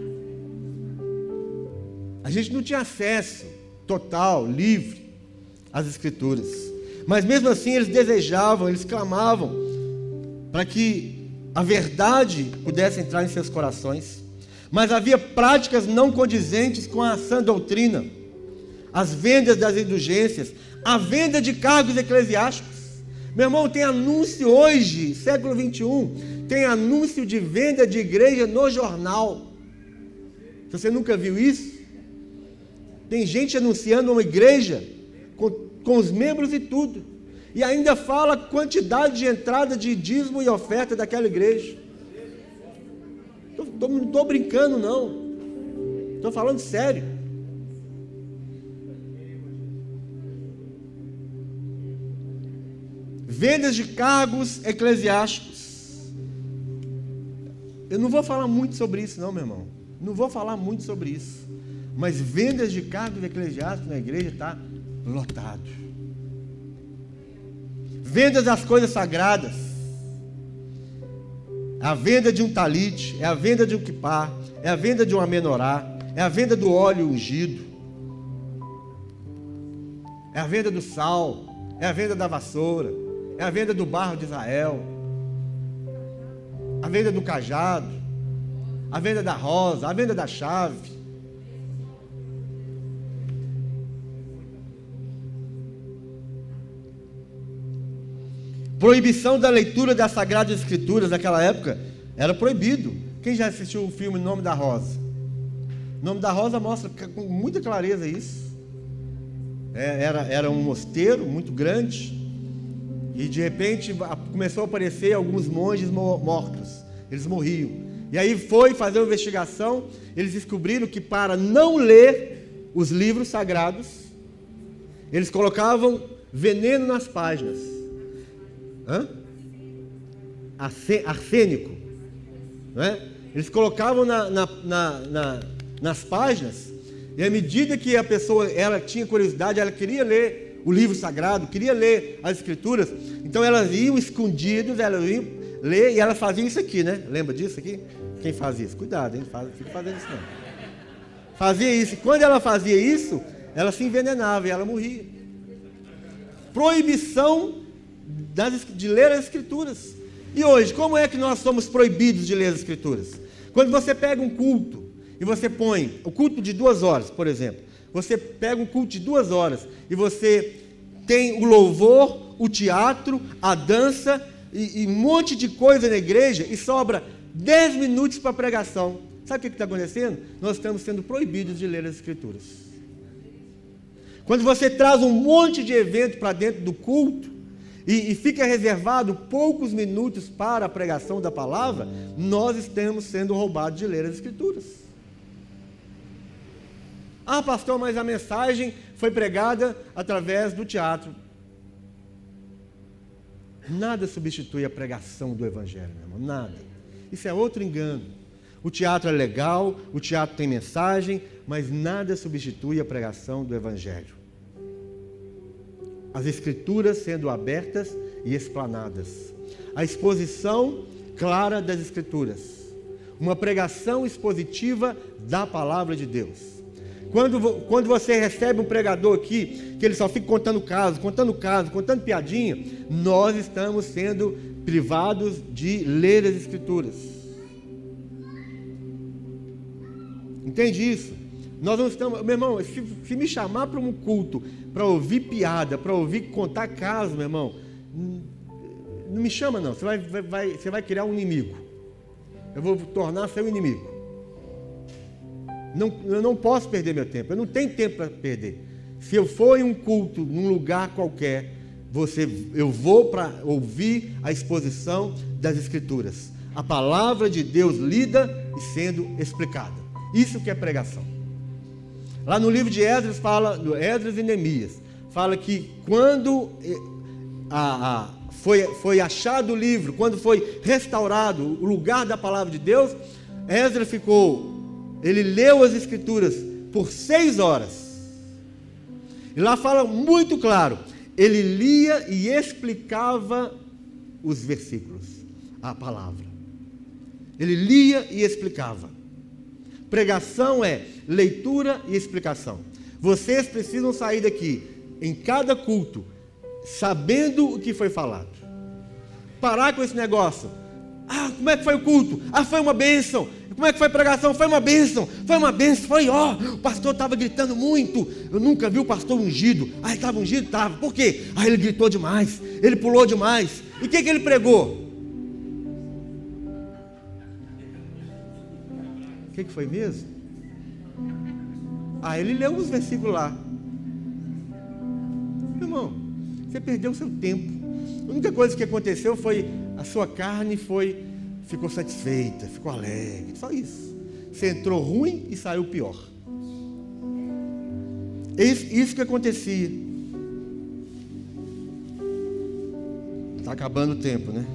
A gente não tinha acesso total, livre, às Escrituras. Mas mesmo assim eles desejavam, eles clamavam para que a verdade pudesse entrar em seus corações. Mas havia práticas não condizentes com a sã doutrina. As vendas das indulgências, a venda de cargos eclesiásticos. Meu irmão, tem anúncio hoje, século vinte e um, tem anúncio de venda de igreja no jornal. Se você nunca viu isso, tem gente anunciando uma igreja com, com os membros e tudo, e ainda fala a quantidade de entrada de dízimo e oferta daquela igreja. Tô, tô, não estou brincando não, estou falando sério. Vendas de cargos eclesiásticos. Eu não vou falar muito sobre isso não, meu irmão. Não vou falar muito sobre isso. Mas vendas de cargos eclesiásticos na igreja está lotado. Vendas das coisas sagradas. É a venda de um talite, é a venda de um quipá, é a venda de uma menorá, é a venda do óleo ungido, é a venda do sal, é a venda da vassoura, é a venda do barro de Israel, a venda do cajado, a venda da rosa, a venda da chave. Proibição da leitura das Sagradas Escrituras naquela época era proibido. Quem já assistiu o filme Nome da Rosa? O Nome da Rosa mostra com muita clareza isso. É, era, era um mosteiro muito grande. E de repente começou a aparecer alguns monges mortos. Eles morriam. E aí foi fazer uma investigação. Eles descobriram que para não ler os livros sagrados, eles colocavam veneno nas páginas. Hã? Arsênico. Não é? Eles colocavam na, na, na, na, nas páginas. E à medida que a pessoa ela tinha curiosidade, ela queria ler o livro sagrado, queria ler as escrituras, então elas iam escondidas, elas iam ler, e elas faziam isso aqui, né? Lembra disso aqui? Quem fazia isso? Cuidado, hein? Não fica fazendo isso não. Fazia isso, e quando ela fazia isso, ela se envenenava e ela morria. Proibição das, de ler as escrituras. E hoje, como é que nós somos proibidos de ler as escrituras? Quando você pega um culto, e você põe o culto de duas horas, por exemplo, você pega um culto de duas horas e você tem o louvor, o teatro, a dança e, e um monte de coisa na igreja e sobra dez minutos para a pregação. Sabe o que está acontecendo? Nós estamos sendo proibidos de ler as escrituras. Quando você traz um monte de evento para dentro do culto e, e fica reservado poucos minutos para a pregação da palavra, nós estamos sendo roubados de ler as escrituras. Ah, pastor, mas a mensagem foi pregada através do teatro. Nada substitui a pregação do Evangelho, meu irmão, nada. Isso é outro engano. O teatro é legal, o teatro tem mensagem, mas nada substitui a pregação do Evangelho. As Escrituras sendo abertas e explanadas. A exposição clara das Escrituras. Uma pregação expositiva da Palavra de Deus. Quando, quando você recebe um pregador aqui, que ele só fica contando casos, contando casos, contando piadinha, nós estamos sendo privados de ler as Escrituras. Entende isso? Nós não estamos... Meu irmão, se, se me chamar para um culto, para ouvir piada, para ouvir contar casos, meu irmão, não me chama não, você vai, vai, você vai criar um inimigo. Eu vou tornar seu inimigo. Não, eu não posso perder meu tempo, eu não tenho tempo para perder. Se eu for em um culto, num lugar qualquer, você, eu vou para ouvir a exposição das Escrituras. A palavra de Deus lida e sendo explicada. Isso que é pregação. Lá no livro de Esdras, fala, no Esdras e Neemias, fala que quando a, a, foi, foi achado o livro, quando foi restaurado o lugar da palavra de Deus, Esdras ficou... Ele leu as Escrituras por seis horas. E lá fala muito claro. Ele lia e explicava os versículos, a palavra. Ele lia e explicava. Pregação é leitura e explicação. Vocês precisam sair daqui, em cada culto, sabendo o que foi falado. Parar com esse negócio. Ah, como é que foi o culto? Ah, foi uma bênção. Como é que foi a pregação? Foi uma bênção. Foi uma bênção. Foi, ó, o pastor estava gritando muito. Eu nunca vi o pastor ungido. Ah, ele estava ungido? Estava. Por quê? Ah, ele gritou demais. Ele pulou demais. E o que, que ele pregou? O que, que foi mesmo? Ah, ele leu os versículos lá. Meu irmão, você perdeu o seu tempo. A única coisa que aconteceu foi a sua carne foi... ficou satisfeita, ficou alegre, só isso. Você entrou ruim e saiu pior. Isso, isso que acontecia. Está acabando o tempo, né?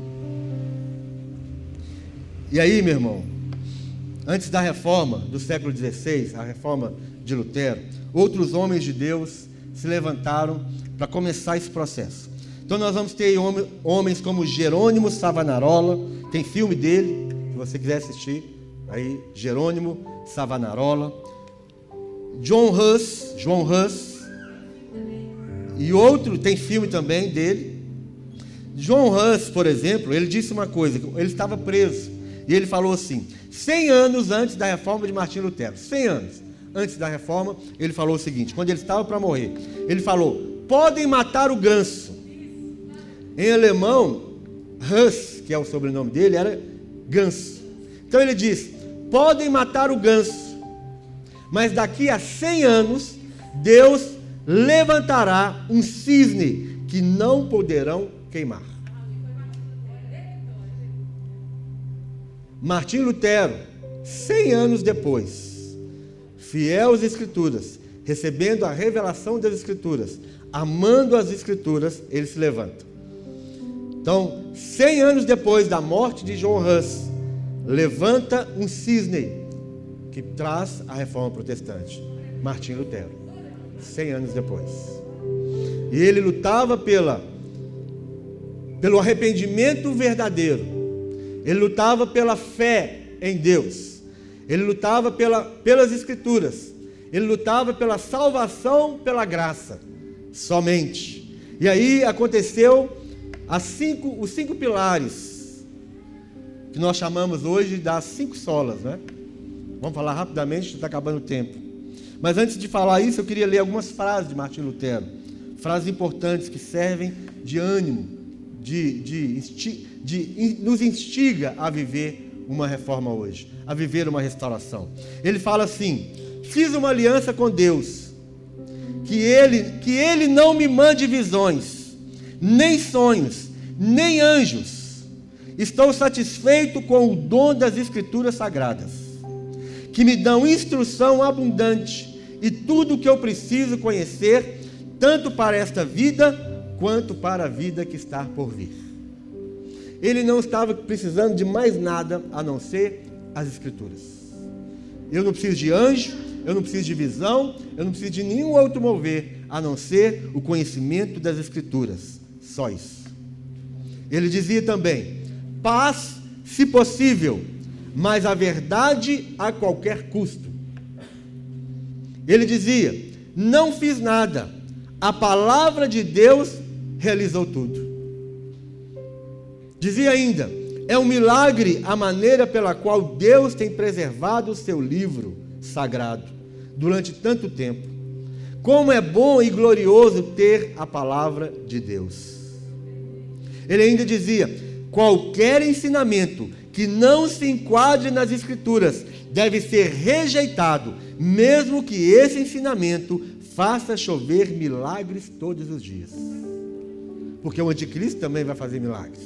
E aí, meu irmão, antes da reforma do século dezesseis, a reforma de Lutero, outros homens de Deus se levantaram para começar esse processo. Então nós vamos ter homens como Jerônimo Savonarola, tem filme dele, se você quiser assistir, aí Jerônimo Savonarola, John Huss, John Huss, e outro, tem filme também dele. John Huss, por exemplo, ele disse uma coisa, ele estava preso, e ele falou assim, cem anos antes da reforma de Martim Lutero, cem anos antes da reforma, ele falou o seguinte, quando ele estava para morrer, ele falou, podem matar o ganso. Em alemão, Huss, que é o sobrenome dele, era ganso. Então ele diz, podem matar o ganso, mas daqui a cem anos, Deus levantará um cisne que não poderão queimar. Martim Lutero, cem anos depois, fiel às Escrituras, recebendo a revelação das Escrituras, amando as Escrituras, ele se levanta. Então, cem anos depois da morte de John Huss, levanta um cisne que traz a reforma protestante. Martim Lutero, cem anos depois. E ele lutava pela, pelo arrependimento verdadeiro. Ele lutava pela fé em Deus. Ele lutava pela, pelas Escrituras. Ele lutava pela salvação pela graça, somente. E aí aconteceu as cinco, os cinco pilares, que nós chamamos hoje das cinco solas, né? Vamos falar rapidamente, está acabando o tempo. Mas antes de falar isso, eu queria ler algumas frases de Martim Lutero. Frases importantes que servem de ânimo, de, de, de, de nos instiga a viver uma reforma hoje, a viver uma restauração. Ele fala assim: fiz uma aliança com Deus, que ele, que ele não me mande visões, nem sonhos, nem anjos. Estou satisfeito com o dom das Escrituras Sagradas, que me dão instrução abundante e tudo o que eu preciso conhecer, tanto para esta vida, quanto para a vida que está por vir. Ele não estava precisando de mais nada, a não ser as Escrituras. Eu não preciso de anjo, eu não preciso de visão, eu não preciso de nenhum outro mover, a não ser o conhecimento das Escrituras. Só isso. Ele dizia também: paz, se possível, mas a verdade a qualquer custo. Ele dizia: não fiz nada, a palavra de Deus realizou tudo. Dizia ainda: é um milagre a maneira pela qual Deus tem preservado o seu livro sagrado durante tanto tempo. Como é bom e glorioso ter a palavra de Deus. Ele ainda dizia: qualquer ensinamento que não se enquadre nas Escrituras deve ser rejeitado, mesmo que esse ensinamento faça chover milagres todos os dias. Porque o anticristo também vai fazer milagres.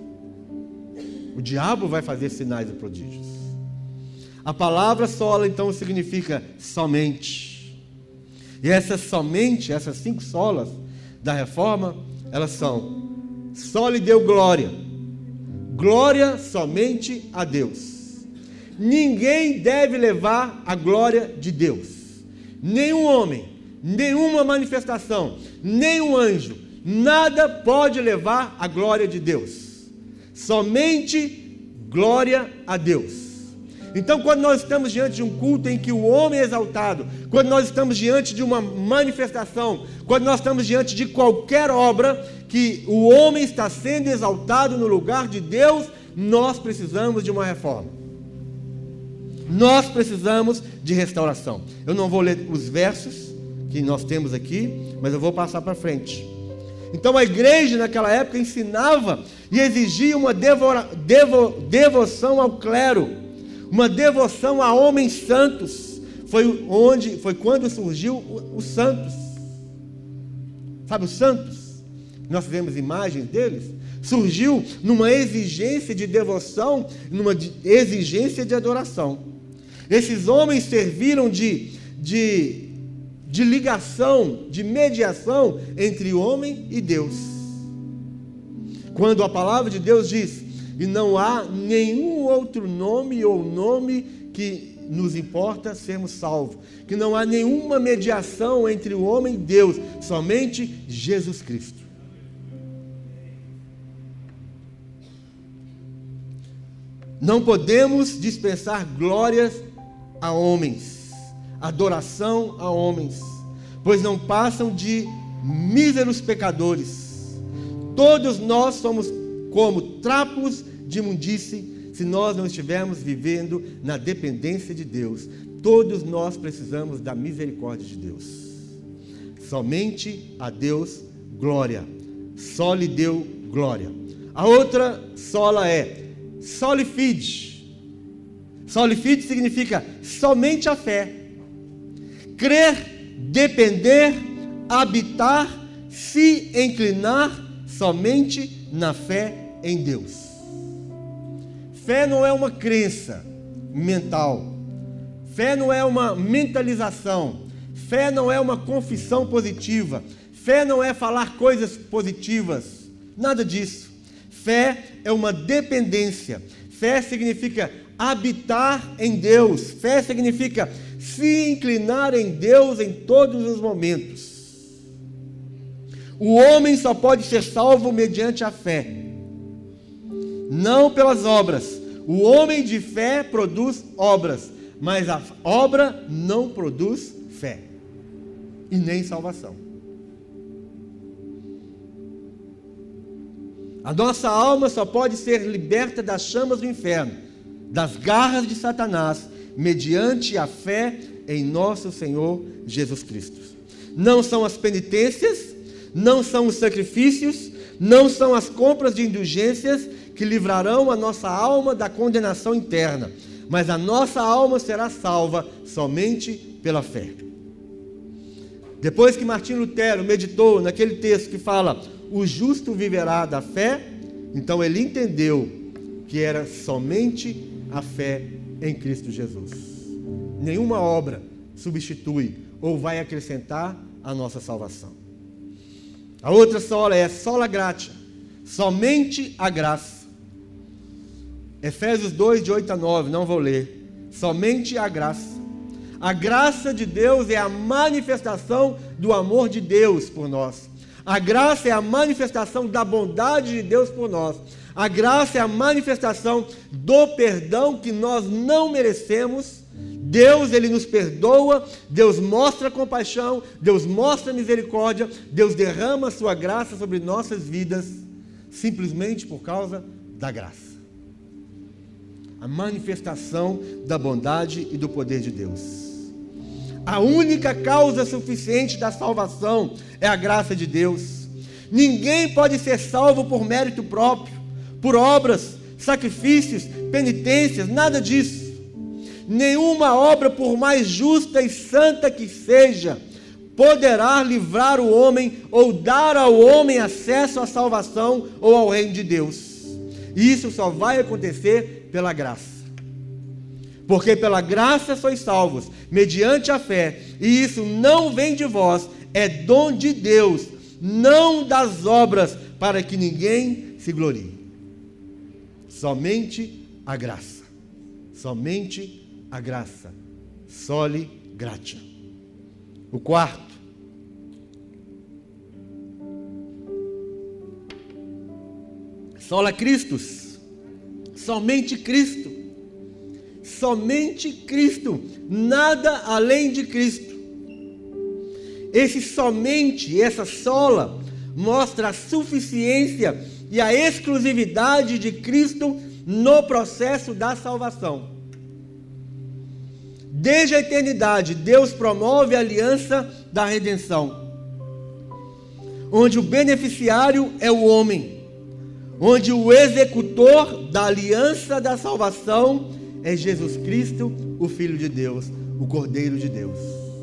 O diabo vai fazer sinais e prodígios. A palavra sola, então, significa somente. E essas somente, essas cinco solas da reforma, elas são: só lhe deu glória. Glória somente a Deus. Ninguém deve levar a glória de Deus. Nenhum homem, nenhuma manifestação, nenhum anjo, nada pode levar a glória de Deus. Somente glória a Deus. Então, quando nós estamos diante de um culto em que o homem é exaltado, quando nós estamos diante de uma manifestação, quando nós estamos diante de qualquer obra que o homem está sendo exaltado no lugar de Deus, nós precisamos de uma reforma. Nós precisamos de restauração. Eu não vou ler os versos que nós temos aqui, mas eu vou passar para frente. Então a igreja naquela época ensinava e exigia uma devora, devo, devoção ao clero, uma devoção a homens santos. Foi onde, foi quando surgiu os santos. Sabe os santos? Nós fizemos imagens deles. Surgiu numa exigência de devoção, numa exigência de adoração. Esses homens serviram de, de, de ligação, de mediação entre o homem e Deus. Quando a palavra de Deus diz: e não há nenhum outro nome ou nome que nos importa sermos salvos, que não há nenhuma mediação entre o homem e Deus, somente Jesus Cristo. Não podemos dispensar glórias a homens, adoração a homens, pois não passam de míseros pecadores. Todos nós somos como trapos de imundície, se nós não estivermos vivendo na dependência de Deus. Todos nós precisamos da misericórdia de Deus. Somente a Deus glória. Só lhe deu glória. A outra sola é soli fide. Soli fide significa somente a fé. Crer, depender, habitar, se inclinar somente na fé em Deus. Fé não é uma crença mental. Fé não é uma mentalização. Fé não é uma confissão positiva. Fé não é falar coisas positivas. Nada disso. Fé é uma dependência. Fé significa habitar em Deus. Fé significa se inclinar em Deus em todos os momentos. O homem só pode ser salvo mediante a fé, não pelas obras. O homem de fé produz obras, mas a obra não produz fé e nem salvação. A nossa alma só pode ser liberta das chamas do inferno, das garras de Satanás, mediante a fé em nosso Senhor Jesus Cristo. Não são as penitências, não são os sacrifícios, não são as compras de indulgências que livrarão a nossa alma da condenação interna, mas a nossa alma será salva somente pela fé. Depois que Martim Lutero meditou naquele texto que fala, o justo viverá da fé, então ele entendeu que era somente a fé em Cristo Jesus. Nenhuma obra substitui ou vai acrescentar a nossa salvação. A outra sola é sola gratia, somente a graça. Efésios dois, de oito a nove, não vou ler. Somente a graça. A graça de Deus é a manifestação do amor de Deus por nós. A graça é a manifestação da bondade de Deus por nós. A graça é a manifestação do perdão que nós não merecemos. Deus, Ele nos perdoa, Deus mostra compaixão, Deus mostra misericórdia, Deus derrama a sua graça sobre nossas vidas, simplesmente por causa da graça. A manifestação da bondade e do poder de Deus. A única causa suficiente da salvação é a graça de Deus. Ninguém pode ser salvo por mérito próprio, por obras, sacrifícios, penitências, nada disso. Nenhuma obra, por mais justa e santa que seja, poderá livrar o homem ou dar ao homem acesso à salvação ou ao reino de Deus. E isso só vai acontecer pela graça. Porque pela graça sois salvos, mediante a fé, e isso não vem de vós, é dom de Deus, não das obras, para que ninguém se glorie. Somente a graça. Somente a graça. Soli gratia. O quarto. Sola Christus. Somente Cristo. Somente Cristo. Nada além de Cristo. Esse somente, essa sola, mostra a suficiência e a exclusividade de Cristo no processo da salvação. Desde a eternidade, Deus promove a aliança da redenção, onde o beneficiário é o homem, onde o executor da aliança da salvação é Jesus Cristo, o Filho de Deus, o Cordeiro de Deus.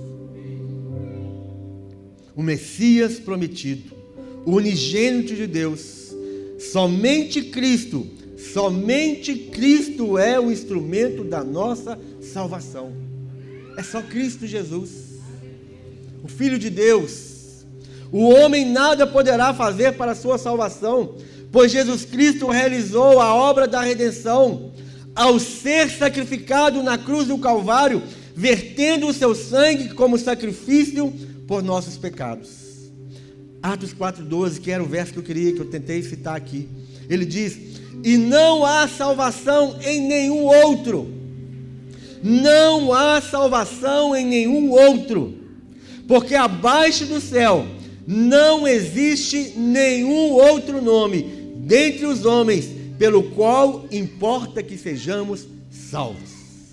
O Messias prometido, o unigênito de Deus. Somente Cristo, somente Cristo é o instrumento da nossa salvação. É só Cristo Jesus, o Filho de Deus. O homem nada poderá fazer para a sua salvação, pois Jesus Cristo realizou a obra da redenção ao ser sacrificado na cruz do Calvário, vertendo o seu sangue como sacrifício por nossos pecados. Atos quatro, doze, que era o verso que eu queria, que eu tentei citar aqui. Ele diz, e não há salvação em nenhum outro. Não há salvação em nenhum outro. Porque abaixo do céu não existe nenhum outro nome dentre os homens pelo qual importa que sejamos salvos.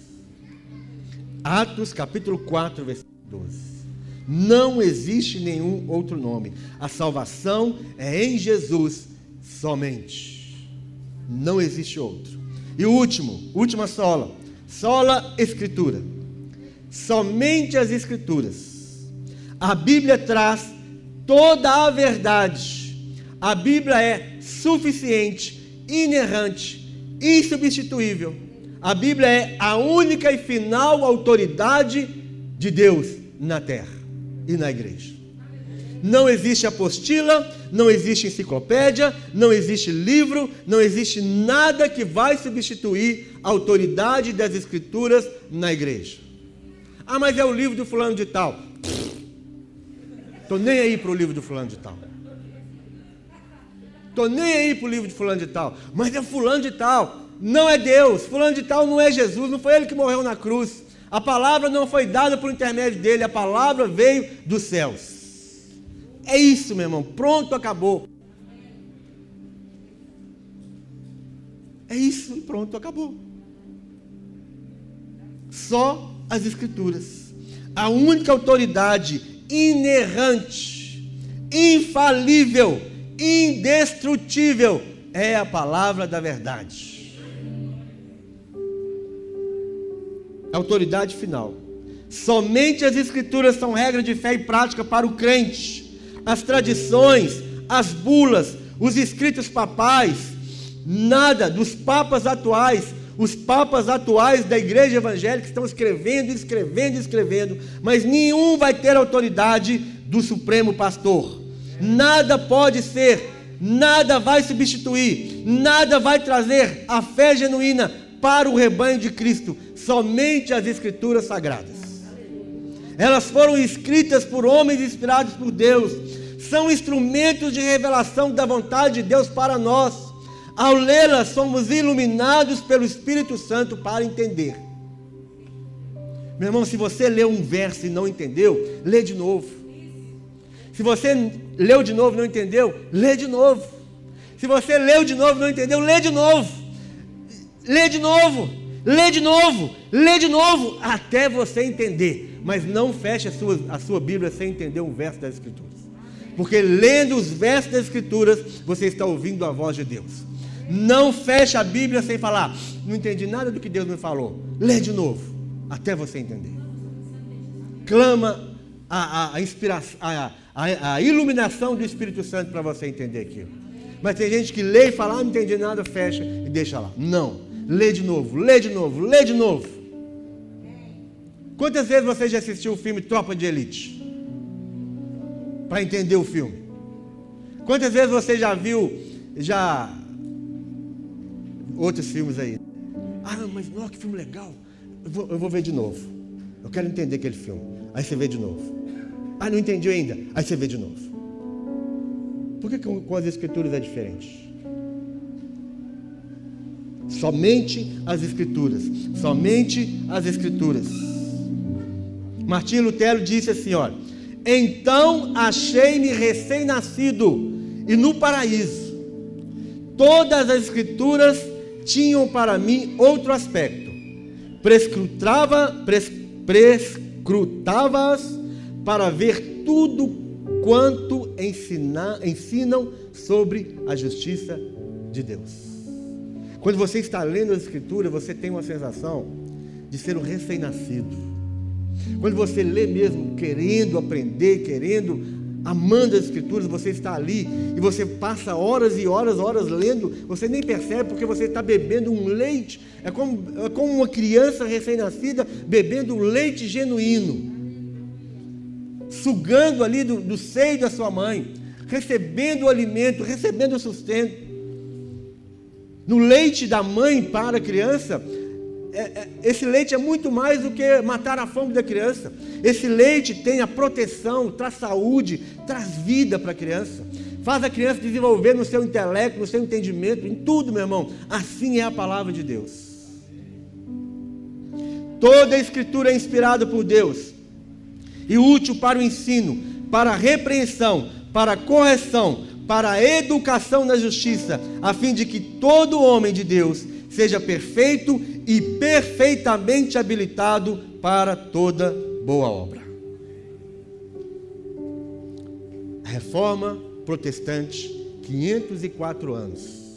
Atos capítulo quatro, versículo doze. Não existe nenhum outro nome. A salvação é em Jesus somente. Não existe outro. E o último, última sola. Sola Escritura. Somente as Escrituras. A Bíblia traz toda a verdade. A Bíblia é suficiente, inerrante, insubstituível. A Bíblia é a única e final autoridade de Deus na terra e na igreja. Não existe apostila, não existe enciclopédia, não existe livro, não existe nada que vai substituir a autoridade das Escrituras na igreja. Ah, mas é o livro do fulano de tal. Estou nem aí para o livro do fulano de tal. Estou nem aí para o livro de fulano de tal. Mas é fulano de tal. Não é Deus. Fulano de tal não é Jesus. Não foi ele que morreu na cruz. A palavra não foi dada por intermédio dele. A palavra veio dos céus. É isso, meu irmão. Pronto, acabou. É isso e pronto, acabou. Só as Escrituras. A única autoridade inerrante, infalível, indestrutível é a palavra da verdade. Autoridade final. Somente as Escrituras são regra de fé e prática para o crente. As tradições, as bulas, os escritos papais, nada dos papas atuais, os papas atuais da igreja evangélica estão escrevendo, escrevendo, escrevendo, mas nenhum vai ter autoridade do Supremo Pastor. Nada pode ser, nada vai substituir, nada vai trazer a fé genuína para o rebanho de Cristo, somente as Escrituras Sagradas. Elas foram escritas por homens inspirados por Deus, são instrumentos de revelação da vontade de Deus para nós. Ao lê-las, somos iluminados pelo Espírito Santo para entender. Meu irmão, se você leu um verso e não entendeu, lê de novo. Se você leu de novo e não entendeu, lê de novo. Se você leu de novo e não entendeu, lê de novo. Lê de novo, lê de novo, lê de novo, até você entender. Mas não feche a sua, a sua Bíblia sem entender um verso das Escrituras. Porque lendo os versos das Escrituras, você está ouvindo a voz de Deus. Não feche a Bíblia sem falar, não entendi nada do que Deus me falou. Lê de novo, até você entender. Clama a, a, a, inspiração, a, a, a iluminação do Espírito Santo para você entender aquilo. Mas tem gente que lê e fala, ah, não entendi nada, fecha e deixa lá. Não, lê de novo, lê de novo, lê de novo. Quantas vezes você já assistiu o filme Tropa de Elite? Para entender o filme. Quantas vezes você já viu, já... outros filmes aí? Ah, mas nossa, que filme legal. Eu vou, eu vou ver de novo. Eu quero entender aquele filme. Aí você vê de novo. Ah, não entendi ainda. Aí você vê de novo. Por que com, com as Escrituras é diferente? Somente as Escrituras. Somente as Escrituras. Martinho Lutero disse assim, olha: então achei-me recém-nascido e no paraíso. Todas as Escrituras tinham para mim outro aspecto. Prescrutava, pres, prescrutava-as para ver tudo quanto ensina, ensinam sobre a justiça de Deus. Quando você está lendo as Escrituras, você tem uma sensação de ser um recém-nascido. Quando você lê mesmo, querendo aprender, querendo, amando as Escrituras, você está ali e você passa horas e horas, horas lendo, você nem percebe porque você está bebendo um leite. É como, é como uma criança recém-nascida bebendo leite genuíno, sugando ali do, do seio da sua mãe, recebendo o alimento, recebendo o sustento. No leite da mãe para a criança, é, é, esse leite é muito mais do que matar a fome da criança. Esse leite tem a proteção, traz saúde, traz vida para a criança, faz a criança desenvolver no seu intelecto, no seu entendimento, em tudo, meu irmão. Assim é a palavra de Deus. Toda a Escritura é inspirada por Deus e útil para o ensino, para a repreensão, para a correção, para a educação na justiça, a fim de que todo homem de Deus seja perfeito e perfeitamente habilitado para toda boa obra. A Reforma Protestante, quinhentos e quatro anos.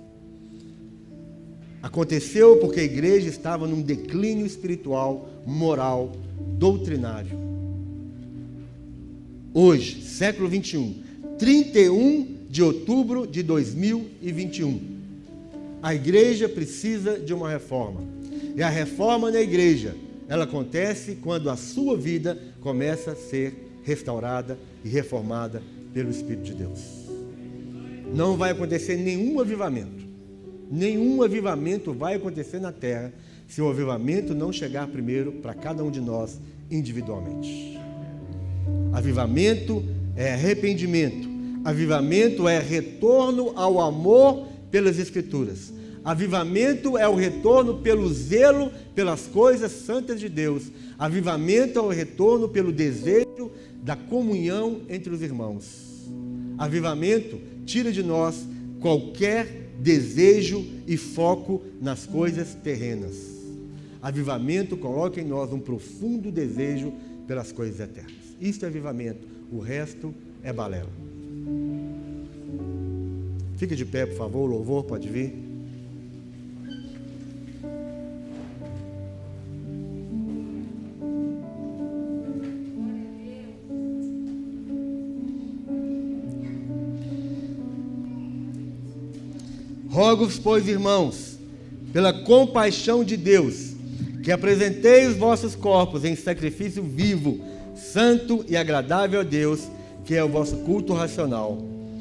Aconteceu porque a igreja estava num declínio espiritual, moral, doutrinário. hoje, século vinte e um, trinta e um de outubro de dois mil e vinte e um. A igreja precisa de uma reforma. E a reforma na igreja, ela acontece quando a sua vida começa a ser restaurada e reformada pelo Espírito de Deus. Não vai acontecer nenhum avivamento. Nenhum avivamento vai acontecer na terra se o avivamento não chegar primeiro para cada um de nós individualmente. Avivamento é arrependimento. Avivamento é retorno ao amor pelas Escrituras. Avivamento é o retorno pelo zelo pelas coisas santas de Deus. Avivamento é o retorno pelo desejo da comunhão entre os irmãos. Avivamento tira de nós qualquer desejo e foco nas coisas terrenas. Avivamento coloca em nós um profundo desejo pelas coisas eternas. Isto é avivamento, o resto é balela. Fique de pé, por favor, o louvor pode vir. Rogo-vos, pois, irmãos, pela compaixão de Deus, que apresenteis os vossos corpos em sacrifício vivo, santo e agradável a Deus, que é o vosso culto racional.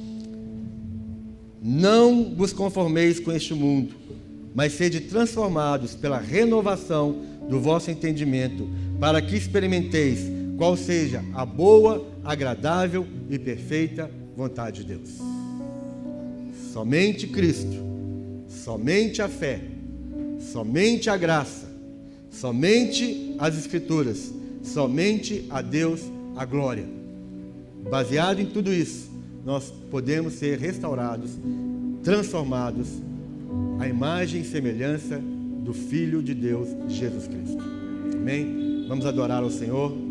Não vos conformeis com este mundo, mas sede transformados pela renovação do vosso entendimento, para que experimenteis qual seja a boa, agradável e perfeita vontade de Deus. Somente Cristo, somente a fé, somente a graça, somente as Escrituras, somente a Deus a glória. Baseado em tudo isso, nós podemos ser restaurados, transformados à imagem e semelhança do Filho de Deus, Jesus Cristo. Amém? Vamos adorar ao Senhor.